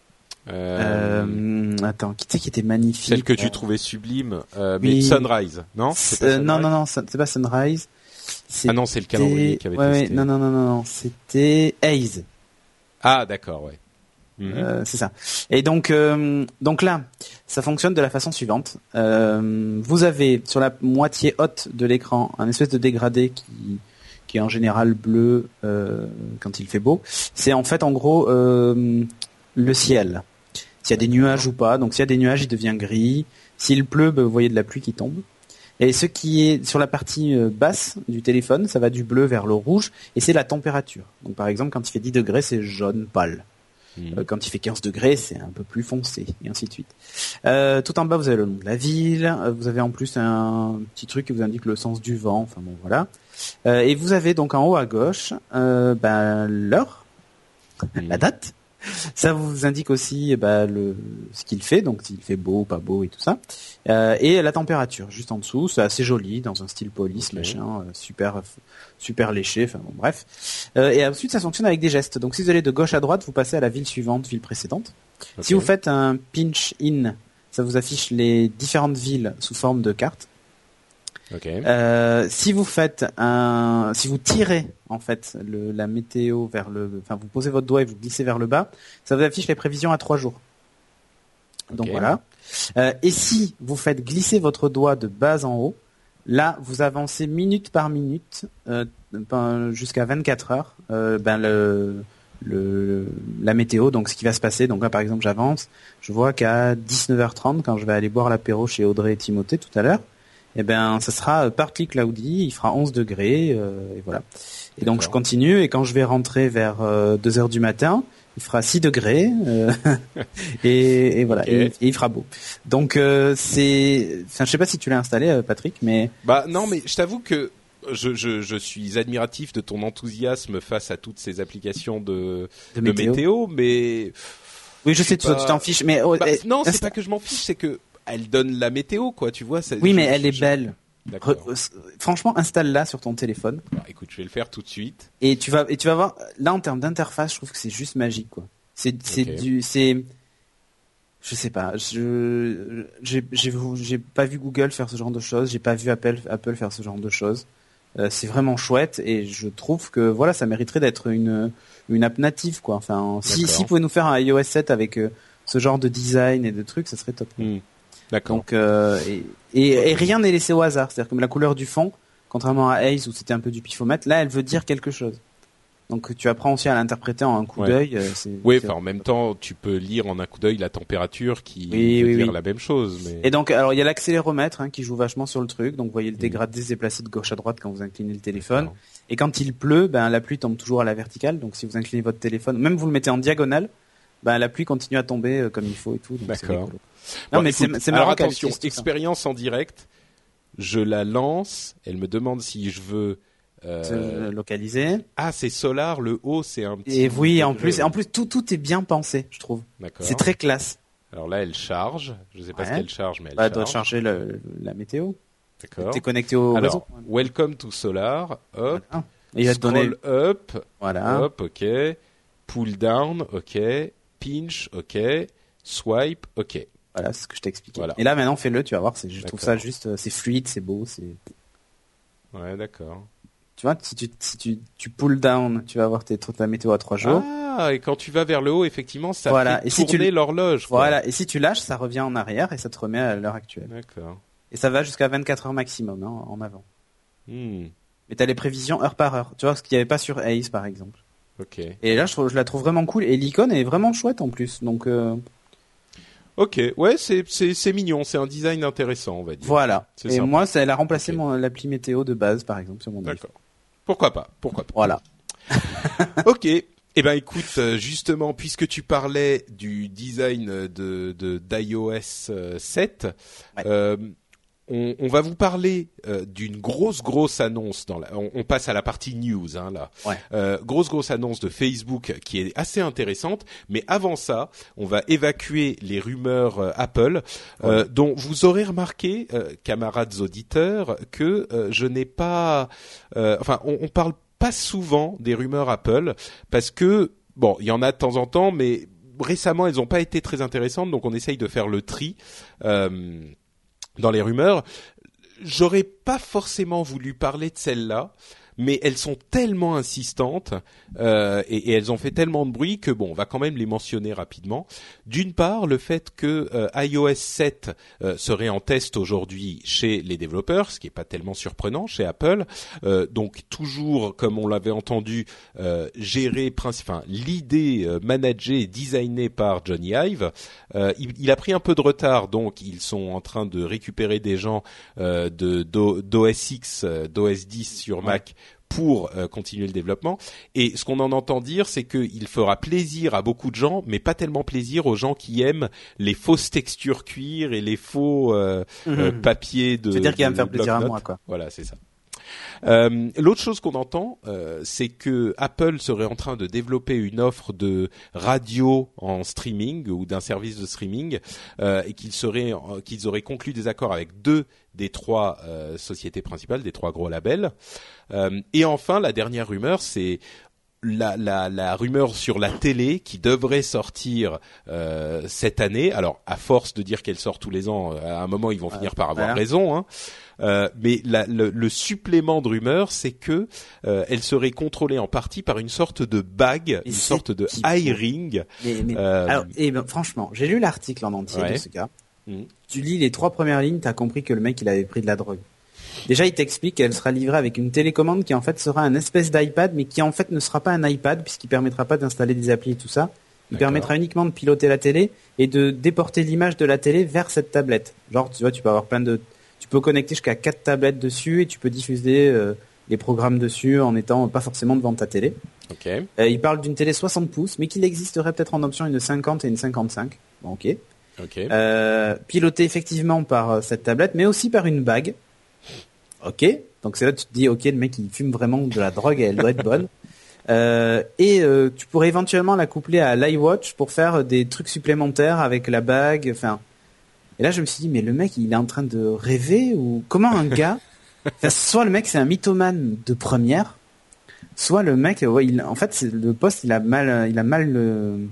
Attends, qui était magnifique. Celle que tu trouvais sublime, mais Sunrise, non? Non, c'est pas Sunrise. Ah non, c'est le calendrier qui avait testé. Non, c'était Haze. Ah d'accord, ouais. C'est ça. Et donc là, ça fonctionne de la façon suivante. Vous avez sur la moitié haute de l'écran un espèce de dégradé qui est en général bleu quand il fait beau. C'est en fait en gros le ciel. S'il y a des nuages ou pas. Donc s'il y a des nuages, il devient gris. S'il pleut, vous voyez de la pluie qui tombe. Et ce qui est sur la partie basse du téléphone, ça va du bleu vers le rouge et c'est la température. Donc par exemple, quand il fait 10 degrés, c'est jaune pâle. Quand il fait 15 degrés, c'est un peu plus foncé, et ainsi de suite. Tout en bas, vous avez le nom de la ville. Vous avez en plus un petit truc qui vous indique le sens du vent. Enfin bon, voilà. Et vous avez donc en haut à gauche l'heure, la date. Ça vous indique aussi ce qu'il fait, donc s'il fait beau, pas beau et tout ça. Et la température, juste en dessous. C'est assez joli, dans un style police, machin, super léché, enfin bon, bref. Et ensuite, ça fonctionne avec des gestes. Donc si vous allez de gauche à droite, vous passez à la ville suivante, ville précédente. Okay. Si vous faites un pinch in, ça vous affiche les différentes villes sous forme de carte. Okay. Si vous tirez en fait la météo vous posez votre doigt et vous glissez vers le bas, ça vous affiche les prévisions à 3 jours. Donc voilà. Et si vous faites glisser votre doigt de bas en haut, là vous avancez minute par minute jusqu'à 24 heures. La météo, donc ce qui va se passer. Donc là par exemple j'avance, je vois qu'à 19h30 quand je vais aller boire l'apéro chez Audrey et Timothée tout à l'heure, ça sera partly cloudy, il fera 11 degrés, et voilà. Et donc je continue, et quand je vais rentrer vers 2h du matin, il fera 6 degrés, et voilà, okay. et il fera beau. Donc je sais pas si tu l'as installé, Patrick, mais... non, mais je t'avoue que je suis admiratif de ton enthousiasme face à toutes ces applications de météo, mais... Oui, je sais, tu t'en fiches, mais... non, c'est pas que je m'en fiche, c'est que elle donne la météo, quoi, tu vois. Oui, mais elle est belle. Franchement, installe-la sur ton téléphone. Écoute, je vais le faire tout de suite. Et tu vas voir, là, en termes d'interface, je trouve que c'est juste magique, quoi. Je sais pas, j'ai pas vu Google faire ce genre de choses, j'ai pas vu Apple faire ce genre de choses. C'est vraiment chouette, et je trouve que, voilà, ça mériterait d'être une app native, quoi. Enfin, si vous pouvez nous faire un iOS 7 avec ce genre de design et de trucs, ça serait top. D'accord. Donc et rien n'est laissé au hasard, c'est-à-dire comme la couleur du fond, contrairement à Haze où c'était un peu du pifomètre, là elle veut dire quelque chose. Donc tu apprends aussi à l'interpréter en un coup d'œil. En même temps, tu peux lire en un coup d'œil la température qui veut dire la même chose. Mais... Et donc alors il y a l'accéléromètre qui joue vachement sur le truc, donc vous voyez le dégradé se déplacer de gauche à droite quand vous inclinez le téléphone. Et quand il pleut, la pluie tombe toujours à la verticale, donc si vous inclinez votre téléphone, même vous le mettez en diagonale, la pluie continue à tomber comme il faut et tout. Donc D'accord. Non, bon, mais écoute, c'est marrant. Alors attention, expérience en direct. Je la lance. Elle me demande si je veux localiser. Ah, c'est Solar. Le haut, c'est un petit. Et oui, en plus, tout est bien pensé, je trouve. D'accord. C'est très classe. Alors là, elle charge. Je sais pas ce qu'elle charge, mais elle charge. Elle doit charger la météo. D'accord. T'es connecté au réseau. Welcome to Solar. Hop. Voilà. Et il va te donner... up. Voilà. Hop, ok. Pull down, ok. Pinch, ok. Swipe, ok. Voilà, c'est ce que je t'ai expliqué. Voilà. Et là, maintenant, fais-le, tu vas voir. Je trouve ça juste... C'est fluide, c'est beau, c'est... Ouais, d'accord. Tu vois, si tu pull down, tu vas avoir ta météo à 3 jours. Ah, et quand tu vas vers le haut, effectivement, ça fait tourner l'horloge. Voilà, et si tu lâches, ça revient en arrière et ça te remet à l'heure actuelle. D'accord. Et ça va jusqu'à 24 heures maximum en avant. Mais t'as les prévisions heure par heure. Tu vois, ce qu'il n'y avait pas sur Ace, par exemple. Ok. Et là, je la trouve vraiment cool. Et l'icône est vraiment chouette en plus. Donc... Ok, ouais, c'est mignon. C'est un design intéressant, on va dire. Voilà. Et sympa. moi, elle a remplacé l'appli météo de base, par exemple, sur mon iPhone. D'accord. Pourquoi pas. Voilà. Ok. Eh ben écoute, justement, puisque tu parlais du design d'iOS 7, ouais. On va vous parler d'une grosse annonce on passe à la partie news là. Ouais. Grosse annonce de Facebook qui est assez intéressante, mais avant ça, on va évacuer les rumeurs Apple dont vous aurez remarqué, camarades auditeurs, que je n'ai pas on parle pas souvent des rumeurs Apple parce que bon, il y en a de temps en temps, mais récemment elles n'ont pas été très intéressantes, donc on essaye de faire le tri dans les rumeurs. J'aurais pas forcément voulu parler de celles-là, mais elles sont tellement insistantes et elles ont fait tellement de bruit que bon, on va quand même les mentionner rapidement. D'une part, le fait que iOS 7 serait en test aujourd'hui chez les développeurs, ce qui est pas tellement surprenant chez Apple. Donc toujours, comme on l'avait entendu, l'idée managée et designée par Johnny Ive. Il a pris un peu de retard, donc ils sont en train de récupérer des gens d'OS X, d'OS 10 sur Mac pour continuer le développement. Et ce qu'on en entend dire, c'est qu'il fera plaisir à beaucoup de gens, mais pas tellement plaisir aux gens qui aiment les fausses textures cuir et les faux papiers de. C'est-à-dire qu'il va me faire plaisir à moi, quoi. Voilà, c'est ça. L'autre chose qu'on entend, c'est que Apple serait en train de développer une offre de radio en streaming ou d'un service de streaming et qu'ils auraient conclu des accords avec 2 des 3 sociétés principales, des 3 gros labels. Et enfin, la dernière rumeur, c'est la rumeur sur la télé qui devrait sortir cette année. Alors, à force de dire qu'elle sort tous les ans, à un moment ils vont finir par avoir raison, hein. Mais le supplément de rumeur, c'est que elle serait contrôlée en partie par une sorte de bague, une sorte de eye ring. Alors, franchement, j'ai lu l'article en entier de ce gars. Tu lis les 3 premières lignes, t'as compris que le mec il avait pris de la drogue. Déjà, il t'explique qu'elle sera livrée avec une télécommande qui en fait sera un espèce d'iPad, mais qui en fait ne sera pas un iPad puisqu'il permettra pas d'installer des applis et tout ça. Il permettra uniquement de piloter la télé et de déporter l'image de la télé vers cette tablette. Genre, tu vois, tu peux avoir tu peux connecter jusqu'à 4 tablettes dessus et tu peux diffuser les programmes dessus en étant pas forcément devant ta télé. Okay. Il parle d'une télé 60 pouces, mais qu'il existerait peut-être en option une 50 et une 55. Bon, ok. Piloté effectivement par cette tablette, mais aussi par une bague. Ok. Donc c'est là que tu te dis, ok, le mec il fume vraiment de la drogue et elle doit être bonne. Tu pourrais éventuellement la coupler à l'iWatch pour faire des trucs supplémentaires avec la bague. Enfin. Et là je me suis dit, mais le mec il est en train de rêver ou comment un gars. Soit le mec c'est un mythomane de première, soit le mec, en fait le poste il a mal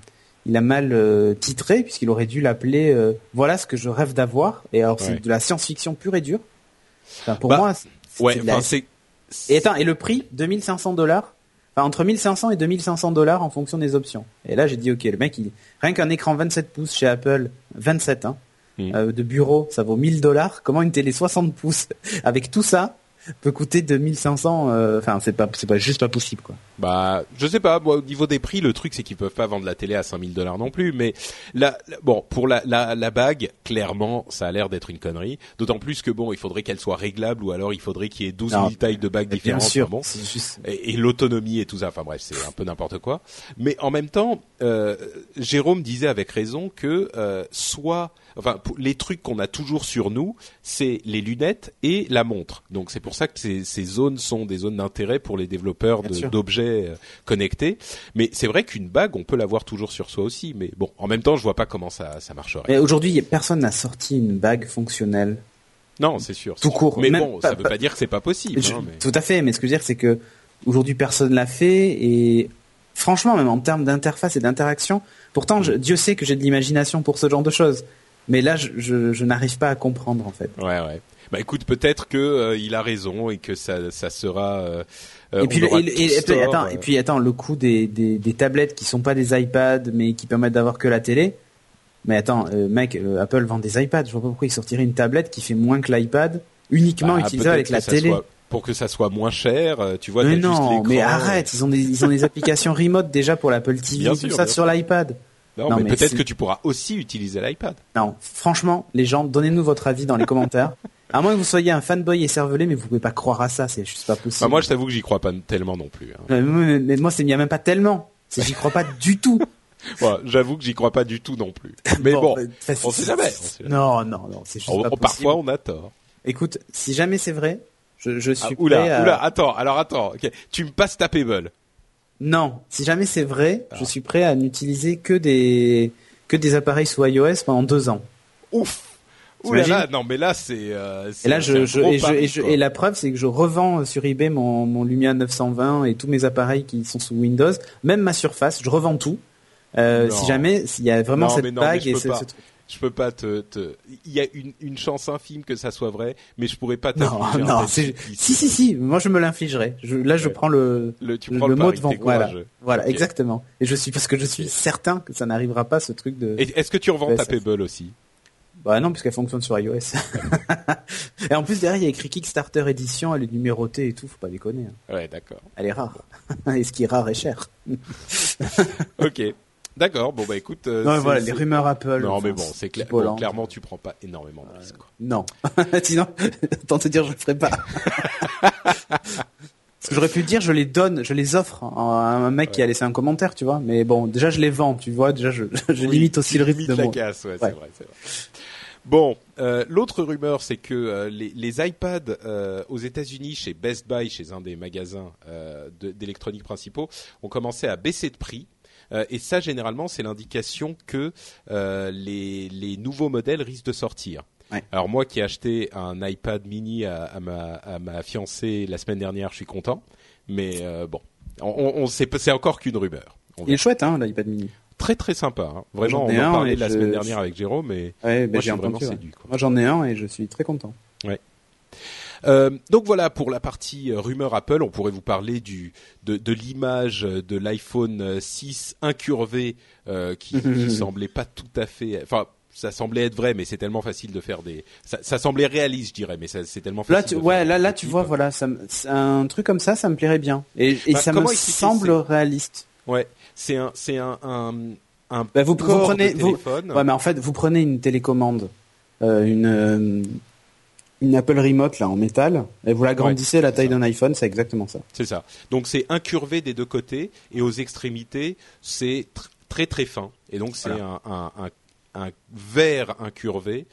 titré puisqu'il aurait dû l'appeler voilà ce que je rêve d'avoir. Et alors c'est de la science-fiction pure et dure. Enfin, pour moi, et le prix, $2,500. Enfin, entre 1,500 et $2,500 en fonction des options. Et là, j'ai dit, ok, le mec, rien qu'un écran 27 pouces chez Apple, 27, de bureau, ça vaut $1,000. Comment une télé 60 pouces avec tout ça, peut coûter 2500. Enfin, c'est pas juste pas possible, quoi. Bah, je sais pas. Moi, au niveau des prix, le truc c'est qu'ils peuvent pas vendre la télé à $5000 non plus. Mais bon, pour la bague, clairement, ça a l'air d'être une connerie. D'autant plus que bon, il faudrait qu'elle soit réglable ou alors il faudrait qu'il y ait 12 000 tailles de bagues différentes. Bien sûr. Bon. C'est juste... et l'autonomie et tout ça. Enfin bref, c'est un peu n'importe quoi. Mais en même temps, Jérôme disait avec raison que les trucs qu'on a toujours sur nous, c'est les lunettes et la montre. Donc c'est pour ça que ces zones sont des zones d'intérêt pour les développeurs d'objets connectés. Mais c'est vrai qu'une bague, on peut l'avoir toujours sur soi aussi. Mais bon, en même temps, je vois pas comment ça marcherait. Mais aujourd'hui, personne n'a sorti une bague fonctionnelle. Non, c'est sûr. Tout court. Mais bon, ça veut pas dire que c'est pas possible. Mais... Tout à fait. Mais ce que je veux dire, c'est que aujourd'hui, personne l'a fait et franchement, même en termes d'interface et d'interaction, pourtant, Dieu sait que j'ai de l'imagination pour ce genre de choses. Mais là, je n'arrive pas à comprendre, en fait. Ouais. Bah écoute, peut-être que il a raison et que ça sera. Et puis attends, le coût des tablettes qui sont pas des iPads mais qui permettent d'avoir que la télé. Mais attends, mec, Apple vend des iPads. Je vois pas pourquoi ils sortiraient une tablette qui fait moins que l'iPad, uniquement utilisable avec la télé. Pour que ça soit moins cher, tu vois. Mais non, mais arrête, ils ont des applications remote déjà pour l'Apple TV, tout ça sur l'iPad. Non, mais peut-être que tu pourras aussi utiliser l'iPad. Non, franchement, les gens, donnez-nous votre avis dans les commentaires. À moins que vous soyez un fanboy écervelé, mais vous pouvez pas croire à ça, c'est juste pas possible. Bah moi, je t'avoue que j'y crois pas tellement non plus. Mais moi, il n'y a même pas tellement. J'y crois pas du tout. Bon, j'avoue que j'y crois pas du tout non plus. Mais bon, on sait jamais. Non, c'est juste pas possible. Parfois, on a tort. Écoute, si jamais c'est vrai, je suis prêt à... Oula, attends. Okay. Tu me passes ta Pebble. Non, si jamais c'est vrai, je suis prêt à n'utiliser que des appareils sous iOS pendant 2 ans. Ouf. Oulala, non mais là c'est et là et la preuve c'est que je revends sur eBay mon Lumia 920 et tous mes appareils qui sont sous Windows, même ma Surface, je revends tout. Si jamais s'il y a vraiment cette bague et ce truc. Je peux pas il y a une chance infime que ça soit vrai, mais je pourrais pas t'infliger. Non, si, moi je me l'infligerai. Je prends le mot devant. Voilà, okay. Exactement. Et parce que je suis certain que ça n'arrivera pas ce truc de. Et est-ce que tu revends ta Pebble aussi? Bah non, puisqu'elle fonctionne sur iOS. Et en plus derrière il y a écrit Kickstarter édition, elle est numérotée et tout, faut pas déconner. Ouais, d'accord. Elle est rare. Et ce qui est rare est cher. Ok. D'accord, bon bah écoute. Voilà, les rumeurs Apple. Non mais bon, c'est clair. Bon, clairement, tu prends pas énormément de risques. Non. Sinon, autant te dire, je le ferai pas. Ce que j'aurais pu dire, je les offre à un mec qui a laissé un commentaire, tu vois. Mais bon, déjà je les vends, tu vois. Déjà, je limite aussi le risque de la casse, ouais. C'est vrai. Bon, l'autre rumeur, c'est que les iPads aux États-Unis, chez Best Buy, chez un des magasins d'électronique principaux, ont commencé à baisser de prix. Et ça, généralement, c'est l'indication que les nouveaux modèles risquent de sortir. Ouais. Alors moi qui ai acheté un iPad mini à ma fiancée la semaine dernière, je suis content. Mais bon, c'est encore qu'une rumeur. Il est chouette, l'iPad mini. Très très sympa. Hein. Vraiment, on en parlait la semaine dernière avec Jérôme, mais moi je suis vraiment séduit. Quoi. Moi j'en ai un et je suis très content. Ouais. Donc voilà pour la partie rumeur Apple. On pourrait vous parler de l'image de l'iPhone 6 incurvé qui semblait pas tout à fait. Enfin, ça semblait être vrai, mais c'est tellement facile de faire ça semblait réaliste, je dirais, mais c'est tellement facile. Là, tu vois, voilà, un truc comme ça me plairait bien, et ça me semble réaliste. Ouais, c'est un vous prenez téléphone. Ouais, mais en fait, vous prenez une télécommande, une Apple Remote là en métal, et vous l'agrandissez à la taille d'un iPhone, c'est exactement ça. C'est ça. Donc c'est incurvé des deux côtés, et aux extrémités, c'est très très fin, et donc c'est un verre incurvé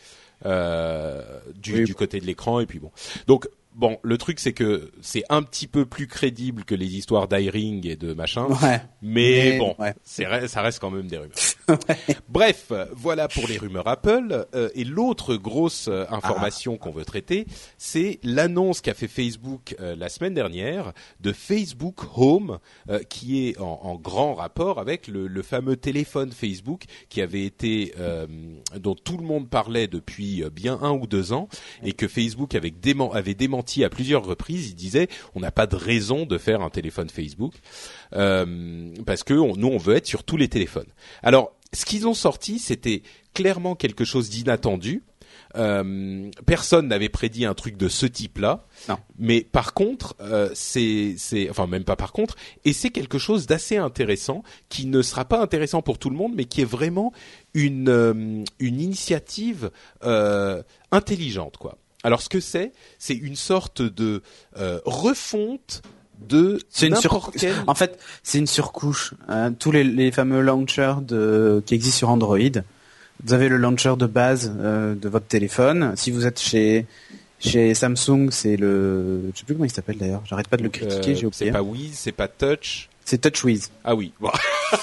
du côté de l'écran, et puis bon. Donc bon, le truc c'est que c'est un petit peu plus crédible que les histoires d'iRing et de machin, mais bon, ça reste quand même des rumeurs. Bref, voilà pour les rumeurs Apple. Et l'autre grosse information qu'on veut traiter, c'est l'annonce qu'a fait Facebook la semaine dernière de Facebook Home, qui est en grand rapport avec le fameux téléphone Facebook qui avait été dont tout le monde parlait depuis bien 1 ou 2 ans, et que Facebook avait démenti à plusieurs reprises. Il disait on n'a pas de raison de faire un téléphone Facebook parce que nous on veut être sur tous les téléphones. Alors ce qu'ils ont sorti, c'était clairement quelque chose d'inattendu, Personne n'avait prédit un truc de ce type-là. Non. Mais par contre, enfin même pas par contre, et c'est quelque chose d'assez intéressant qui ne sera pas intéressant pour tout le monde, mais qui est vraiment une initiative intelligente, quoi. Alors ce que c'est une sorte de refonte de n'importe quel... En fait, c'est une surcouche. Tous les fameux launchers qui existent sur Android. Vous avez le launcher de base de votre téléphone. Si vous êtes chez Samsung, c'est je sais plus comment il s'appelle d'ailleurs. J'arrête pas de le critiquer, j'ai oublié. C'est pas Wiz, c'est pas Touch. C'est TouchWiz. Ah oui. Bon.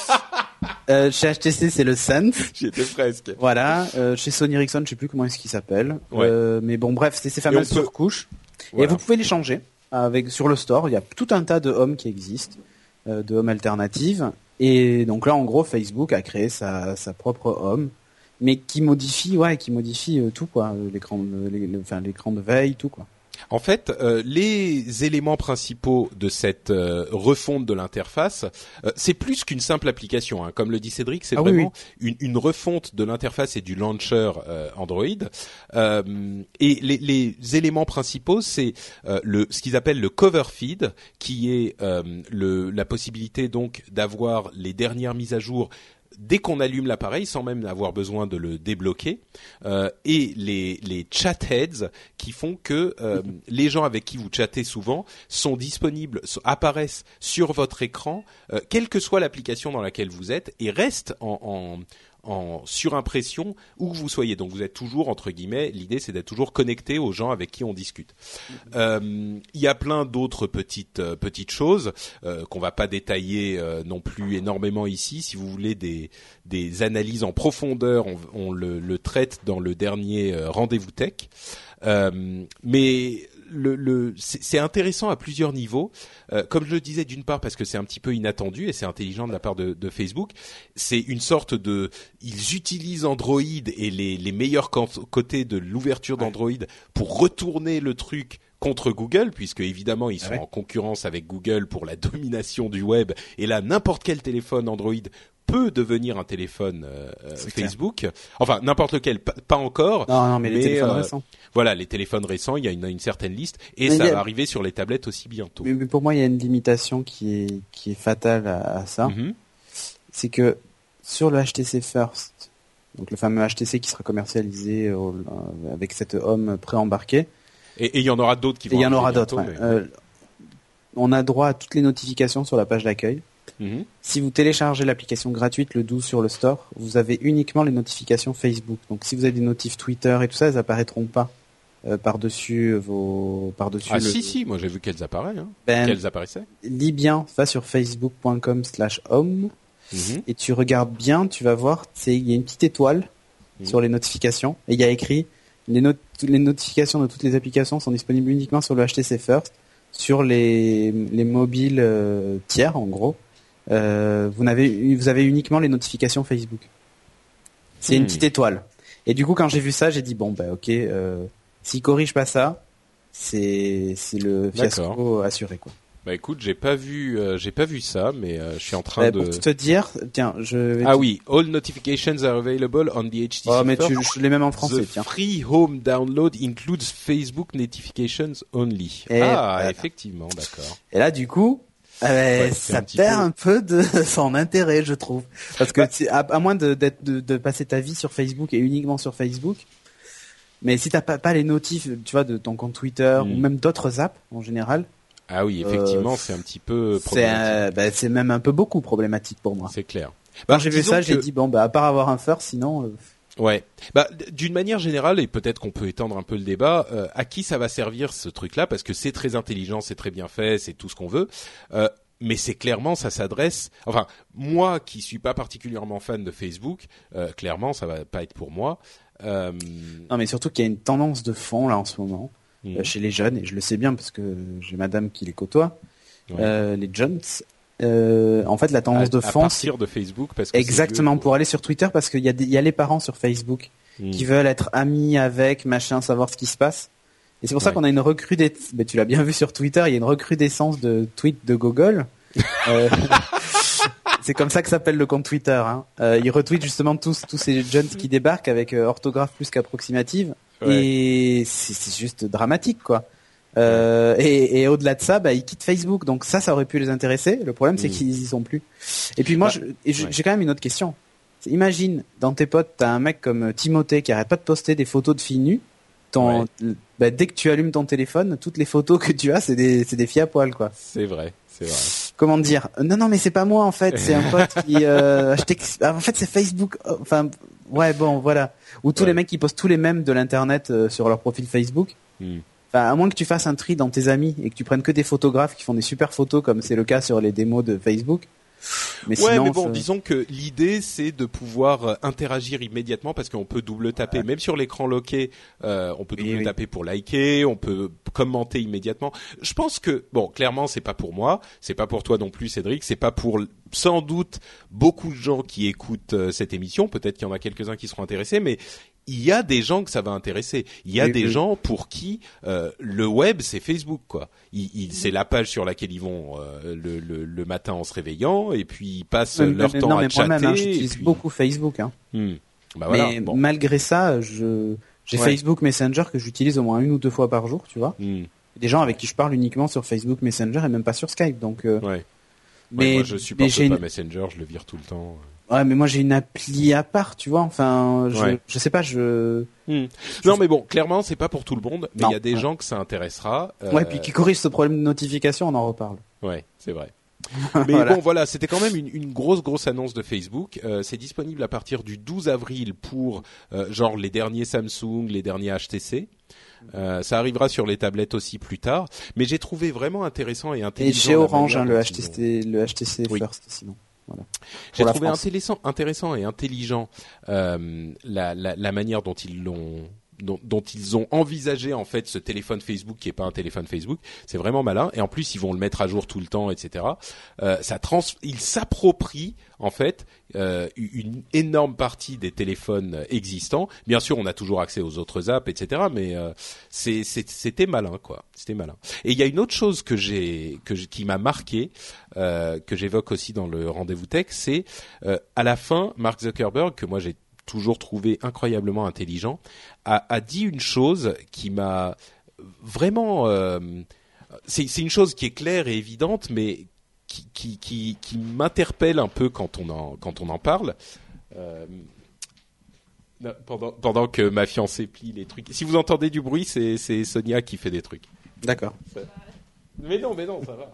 Chez HTC, c'est le Sense. J'y étais presque. Voilà. Chez Sony Ericsson, je sais plus comment est-ce qu'il s'appelle. Ouais. Mais bon, bref, c'est ces fameuses surcouches. Voilà. Et vous pouvez les changer sur le store. Il y a tout un tas de Home qui existent, de Home alternatives. Et donc là, en gros, Facebook a créé sa propre Home, mais qui modifie tout, quoi. L'écran de veille, tout, quoi. En fait, les éléments principaux de cette refonte de l'interface, c'est plus qu'une simple application, hein. Comme le dit Cédric, c'est vraiment une refonte de l'interface et du launcher Android. Et les éléments principaux, c'est ce qu'ils appellent le cover feed, qui est la possibilité donc d'avoir les dernières mises à jour dès qu'on allume l'appareil, sans même avoir besoin de le débloquer, et les chat heads qui font que les gens avec qui vous chattez souvent sont disponibles, apparaissent sur votre écran, quelle que soit l'application dans laquelle vous êtes, et restent en surimpression où que vous soyez. Donc vous êtes toujours, entre guillemets, l'idée c'est d'être toujours connecté aux gens avec qui on discute. Il y a plein d'autres petites choses qu'on va pas détailler non plus énormément ici. Si vous voulez des analyses en profondeur, on le traite dans le dernier rendez-vous tech. Mais c'est intéressant à plusieurs niveaux. Comme je le disais, d'une part parce que c'est un petit peu inattendu et c'est intelligent de la part de Facebook. C'est une sorte ils utilisent Android et les meilleurs côtés de l'ouverture d'Android pour retourner le truc contre Google, puisque évidemment ils sont en concurrence avec Google pour la domination du web. Et là, n'importe quel téléphone Android peut devenir un téléphone Facebook. Clair. Enfin, n'importe lequel, pas encore. Non, mais les téléphones récents. Voilà, les téléphones récents, il y a une certaine liste, et ça va arriver sur les tablettes aussi bientôt. Mais pour moi, il y a une limitation qui est fatale à ça. Mm-hmm. C'est que sur le HTC First, donc le fameux HTC qui sera commercialisé avec cette Home pré-embarquée. Et il y en aura d'autres qui vont. Il y en aura d'autres. Ouais. On a droit à toutes les notifications sur la page d'accueil. Mm-hmm. Si vous téléchargez l'application gratuite le 12 sur le store, vous avez uniquement les notifications Facebook. Donc si vous avez des notifs Twitter et tout ça, elles apparaîtront pas par-dessus. Si, moi j'ai vu qu'elles apparaissent. Hein. Qu'elles apparaissaient. Lis bien, va sur facebook.com/home et tu regardes bien, tu vas voir, il y a une petite étoile sur les notifications et il y a écrit les notifications de toutes les applications sont disponibles uniquement sur le HTC First, sur les mobiles tiers en gros. Vous avez uniquement les notifications Facebook. C'est une petite étoile. Et du coup, quand j'ai vu ça, j'ai dit bon ok, s'ils corrigent pas ça, c'est le fiasco assuré, quoi. Bah écoute, j'ai pas vu ça, mais je suis en train de. Pour te dire, tiens, oui, all notifications are available on the HTC. Oh, mais je l'ai même en français. The free home download includes Facebook notifications only. Effectivement, d'accord. Et là, du coup. Ça perd un peu de son intérêt, je trouve, parce que à moins de passer ta vie sur Facebook et uniquement sur Facebook, mais si t'as pas les notifs, tu vois, de ton compte Twitter ou même d'autres apps en général. Ah oui, effectivement, c'est un petit peu problématique. C'est même un peu beaucoup problématique pour moi. C'est clair. Quand j'ai vu ça, j'ai dit à part avoir un First, sinon. Ouais. D'une manière générale, et peut-être qu'on peut étendre un peu le débat, à qui ça va servir ce truc-là, parce que c'est très intelligent, c'est très bien fait, c'est tout ce qu'on veut. Mais c'est clairement, ça s'adresse. Enfin, moi qui suis pas particulièrement fan de Facebook, clairement, ça va pas être pour moi. Non, mais surtout qu'il y a une tendance de fond là en ce moment chez les jeunes, et je le sais bien parce que j'ai madame qui les côtoie. Les jeunes. En fait, la tendance de fond, à partir de Facebook, parce que exactement pour aller sur Twitter, parce qu'il y a les parents sur Facebook qui veulent être amis avec machin, savoir ce qui se passe. Et c'est pour ça qu'on a une recrudescence. Tu l'as bien vu sur Twitter, il y a une recrudescence de tweets de Google. c'est comme ça que s'appelle le compte Twitter. Hein. Il retweet justement tous ces jeunes qui débarquent avec orthographe plus qu'approximative. Ouais. Et c'est juste dramatique, quoi. Et au-delà de ça, ils quittent Facebook. Donc ça aurait pu les intéresser. Le problème, c'est qu'ils y sont plus. Et puis moi, j'ai quand même une autre question. Imagine, dans tes potes, t'as un mec comme Timothée qui arrête pas de poster des photos de filles nues. Dès que tu allumes ton téléphone, toutes les photos que tu as, c'est des filles à poil, quoi. C'est vrai. Comment dire? Non, mais c'est pas moi, en fait. C'est un pote qui, en fait, c'est Facebook. Enfin, ouais, bon, voilà. Ou tous les mecs qui postent tous les mèmes de l'internet sur leur profil Facebook. Enfin, à moins que tu fasses un tri dans tes amis et que tu prennes que des photographes qui font des super photos, comme c'est le cas sur les démos de Facebook. Mais sinon, mais bon, disons que l'idée c'est de pouvoir interagir immédiatement parce qu'on peut double taper, même sur l'écran loqué, on peut double taper pour liker, on peut commenter immédiatement. Je pense que clairement c'est pas pour moi, c'est pas pour toi non plus Cédric, c'est pas pour sans doute beaucoup de gens qui écoutent cette émission, peut-être qu'il y en a quelques-uns qui seront intéressés, mais il y a des gens que ça va intéresser. Il y a des gens pour qui le web c'est Facebook, quoi. C'est la page sur laquelle ils vont le matin en se réveillant et puis ils passent leur temps à chatter. Moi-même, j'utilise beaucoup Facebook. Hein. Mais malgré ça, j'ai Facebook Messenger que j'utilise au moins 1 ou 2 fois par jour, tu vois. Des gens avec qui je parle uniquement sur Facebook Messenger et même pas sur Skype, donc. Mais moi je supporte pas Messenger, je le vire tout le temps. Ouais, mais moi j'ai une appli à part, tu vois. Enfin, je sais pas, Non, mais bon, clairement, c'est pas pour tout le monde, mais il y a des gens que ça intéressera. Ouais, puis qui corrigent ce problème de notification, on en reparle. Ouais, c'est vrai. Mais bon, voilà, c'était quand même une grosse annonce de Facebook. C'est disponible à partir du 12 avril pour genre les derniers Samsung, les derniers HTC. Ça arrivera sur les tablettes aussi plus tard, mais j'ai trouvé vraiment intéressant et intelligent. Et chez Orange, le HTC First, sinon. Voilà. J'ai trouvé intéressant et intelligent la manière dont ils ont envisagé en fait ce téléphone Facebook qui est pas un téléphone Facebook. C'est vraiment malin et en plus ils vont le mettre à jour tout le temps, etc. Ils s'approprient en fait une énorme partie des téléphones existants. Bien sûr, on a toujours accès aux autres apps, etc. Mais c'était malin, quoi. C'était malin. Et il y a une autre chose qui m'a marqué, que j'évoque aussi dans le rendez-vous tech, c'est à la fin, Mark Zuckerberg, que moi j'ai toujours trouvé incroyablement intelligent, a dit une chose qui m'a vraiment... c'est une chose qui est claire et évidente, mais qui m'interpelle un peu quand on en parle. Pendant que ma fiancée plie les trucs. Si vous entendez du bruit, c'est Sonia qui fait des trucs. D'accord. Mais non, ça va.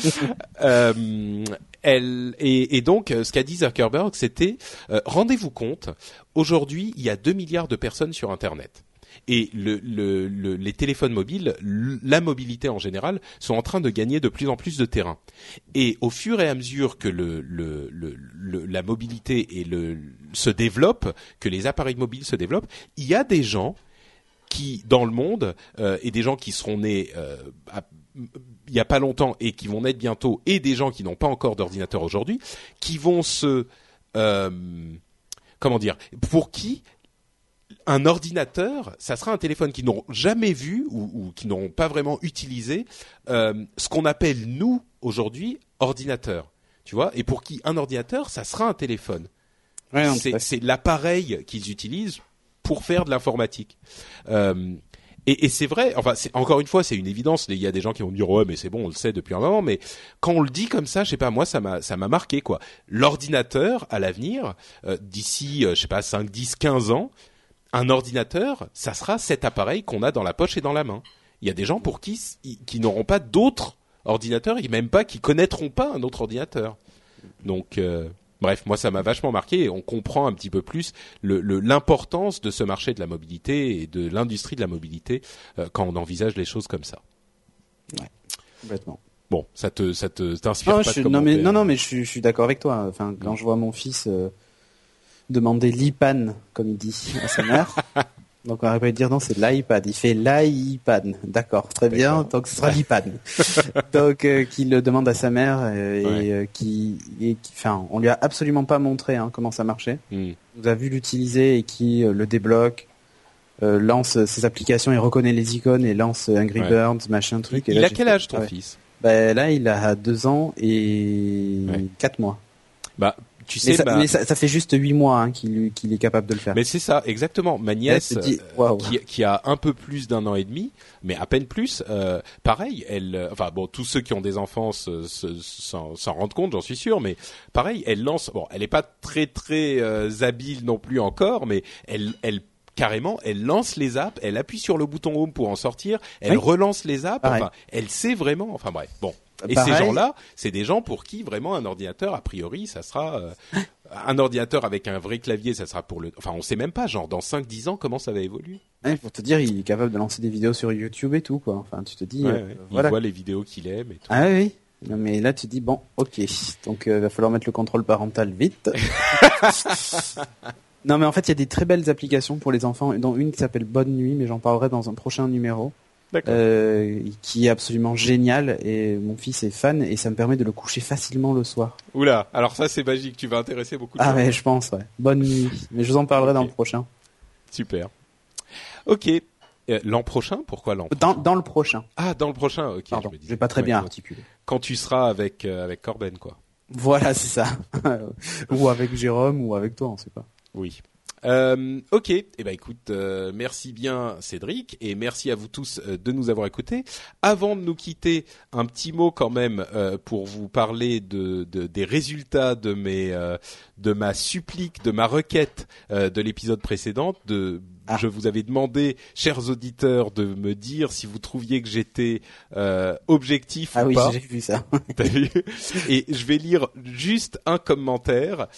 Et donc, ce qu'a dit Zuckerberg, c'était rendez-vous compte, aujourd'hui, il y a 2 milliards de personnes sur Internet. Et les téléphones mobiles, la mobilité en général, sont en train de gagner de plus en plus de terrain. Et au fur et à mesure que la mobilité se développe, que les appareils mobiles se développent, il y a des gens qui, dans le monde, et des gens qui seront nés il y a pas longtemps et qui vont naître bientôt, et des gens qui n'ont pas encore d'ordinateur aujourd'hui, qui vont pour qui un ordinateur, ça sera un téléphone qu'ils n'auront jamais vu ou qui n'auront pas vraiment utilisé, ce qu'on appelle nous aujourd'hui ordinateur, tu vois, et pour qui un ordinateur, ça sera un téléphone. Ouais, c'est l'appareil qu'ils utilisent pour faire de l'informatique. Et c'est vrai, enfin, encore une fois, c'est une évidence. Il y a des gens qui vont me dire, ouais, mais c'est bon, on le sait depuis un moment. Mais quand on le dit comme ça, je sais pas, moi, ça m'a marqué, quoi. L'ordinateur, à l'avenir, d'ici, je sais pas, 5, 10, 15 ans, un ordinateur, ça sera cet appareil qu'on a dans la poche et dans la main. Il y a des gens pour qui n'auront pas d'autres ordinateurs, et même pas, qui connaîtront pas un autre ordinateur. Donc, bref, moi ça m'a vachement marqué et on comprend un petit peu plus l'importance de ce marché de la mobilité et de l'industrie de la mobilité quand on envisage les choses comme ça. Ouais, complètement. Bon, ça t'inspire pas de commentaire. Non, mais je suis d'accord avec toi. Enfin, quand je vois mon fils demander l'IPAN, comme il dit à sa mère, donc on aurait pu dire non, c'est l'iPad. Il fait l'iPad. D'accord, très bien. Donc ce sera l'IPAD. Donc qu'il le demande à sa mère enfin, on lui a absolument pas montré comment ça marchait. Il nous a vu l'utiliser et qui le débloque, lance ses applications et reconnaît les icônes et lance Angry Birds, machin truc. Il a quel âge ton fils? Là, il a 2 ans et 4 mois. Bah, tu sais, mais ça fait juste 8 mois qu'il est capable de le faire. Mais c'est ça, exactement. Ma nièce, wow. qui a un peu plus d'1 an et demi, mais à peine plus, pareil, tous ceux qui ont des enfants s'en rendent compte, j'en suis sûr, mais pareil, elle lance, elle est pas très très habile non plus encore, mais elle carrément, elle lance les apps, elle appuie sur le bouton home pour en sortir, elle relance les apps, elle sait vraiment, bref, bon. Et ces gens-là, c'est des gens pour qui vraiment un ordinateur, a priori, ça sera un ordinateur avec un vrai clavier, ça sera pour on sait même pas, genre dans 5-10 ans, comment ça va évoluer. Pour te dire, il est capable de lancer des vidéos sur YouTube et tout, quoi. Enfin, tu te dis, voilà. Il voit les vidéos qu'il aime et tout. Ah oui. Non, mais là, tu te dis, bon, ok. Donc, va falloir mettre le contrôle parental vite. Non, mais en fait, il y a des très belles applications pour les enfants, dont une qui s'appelle Bonne Nuit, mais j'en parlerai dans un prochain numéro. D'accord. Qui est absolument génial, et mon fils est fan, et ça me permet de le coucher facilement le soir. Oula, alors ça c'est magique, tu vas intéresser beaucoup de gens. Ah ouais, je pense, ouais. Bonne nuit. Mais je vous en parlerai dans le prochain. Super. Ok. L'an prochain? Pourquoi l'an prochain? Dans le prochain. Ah, dans le prochain, ok. Pardon, je vais pas très bien articuler. Quand tu seras avec Corben, quoi. Voilà, c'est ça. Ou avec Jérôme, ou avec toi, on sait pas. Oui. Ok, écoute, merci bien Cédric et merci à vous tous de nous avoir écoutés. Avant de nous quitter, un petit mot quand même pour vous parler des résultats de ma supplique, de ma requête de l'épisode précédent. Je vous avais demandé, chers auditeurs, de me dire si vous trouviez que j'étais objectif ou pas. Ah oui, j'ai vu ça. T'as vu? Et je vais lire juste un commentaire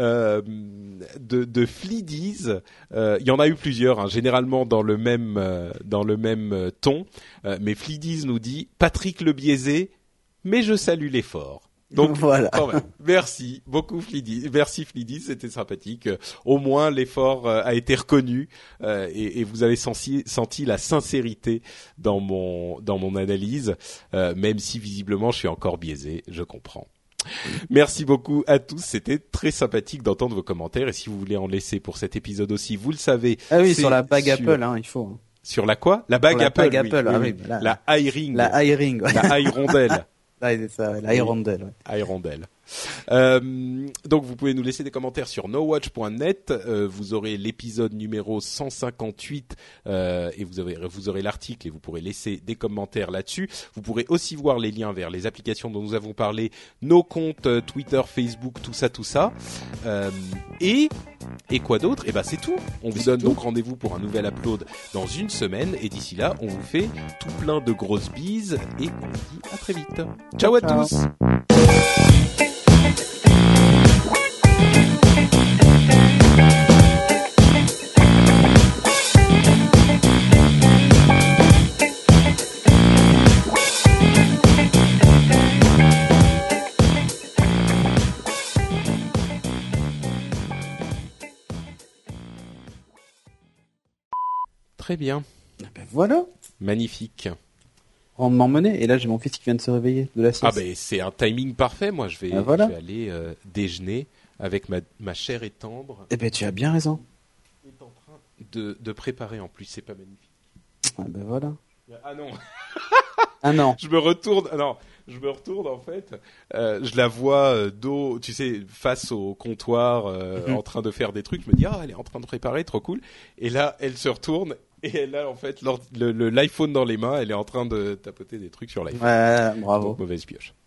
de Flidiz. Il y en a eu plusieurs, généralement dans le même ton. Mais Flidiz nous dit Patrick le biaisé, mais je salue l'effort. Donc voilà. Merci beaucoup Flidiz. Merci Flidiz, c'était sympathique. Au moins l'effort a été reconnu et vous avez senti la sincérité dans mon analyse, même si visiblement je suis encore biaisé, je comprends. Merci beaucoup à tous, c'était très sympathique d'entendre vos commentaires et si vous voulez en laisser pour cet épisode aussi, vous le savez. Ah oui, sur la bague Apple, il faut. Sur la quoi? La bague Apple. Bague Apple, oui. La iRing. La iRing. Ouais. La iRondelle. Ah, c'est ça, l'iRondelle. Ouais. iRondelle. Donc vous pouvez nous laisser des commentaires sur nowatch.net. Vous aurez l'épisode numéro 158 et vous aurez l'article et vous pourrez laisser des commentaires là-dessus. Vous pourrez aussi voir les liens vers les applications dont nous avons parlé, nos comptes Twitter, Facebook, tout ça. Et quoi d'autre? C'est tout. On vous donne donc rendez-vous pour un nouvel upload dans une semaine et d'ici là, on vous fait tout plein de grosses bises et on vous dit à très vite. Ciao à tous. Très bien. Voilà. Magnifique. Rendement mené. Et là, j'ai mon fils qui vient de se réveiller de la sieste. C'est un timing parfait. Moi, je vais aller déjeuner avec ma chère et tendre. Tu as bien raison. Est en train de préparer en plus. C'est pas magnifique. Voilà. Ah non. Ah non. Je me retourne en fait. Je la vois dos, tu sais, face au comptoir, en train de faire des trucs. Je me dis elle est en train de préparer, trop cool. Et là, elle se retourne et elle a en fait l'iPhone dans les mains. Elle est en train de tapoter des trucs sur l'iPhone. Ouais, bravo. Donc, mauvaise pioche.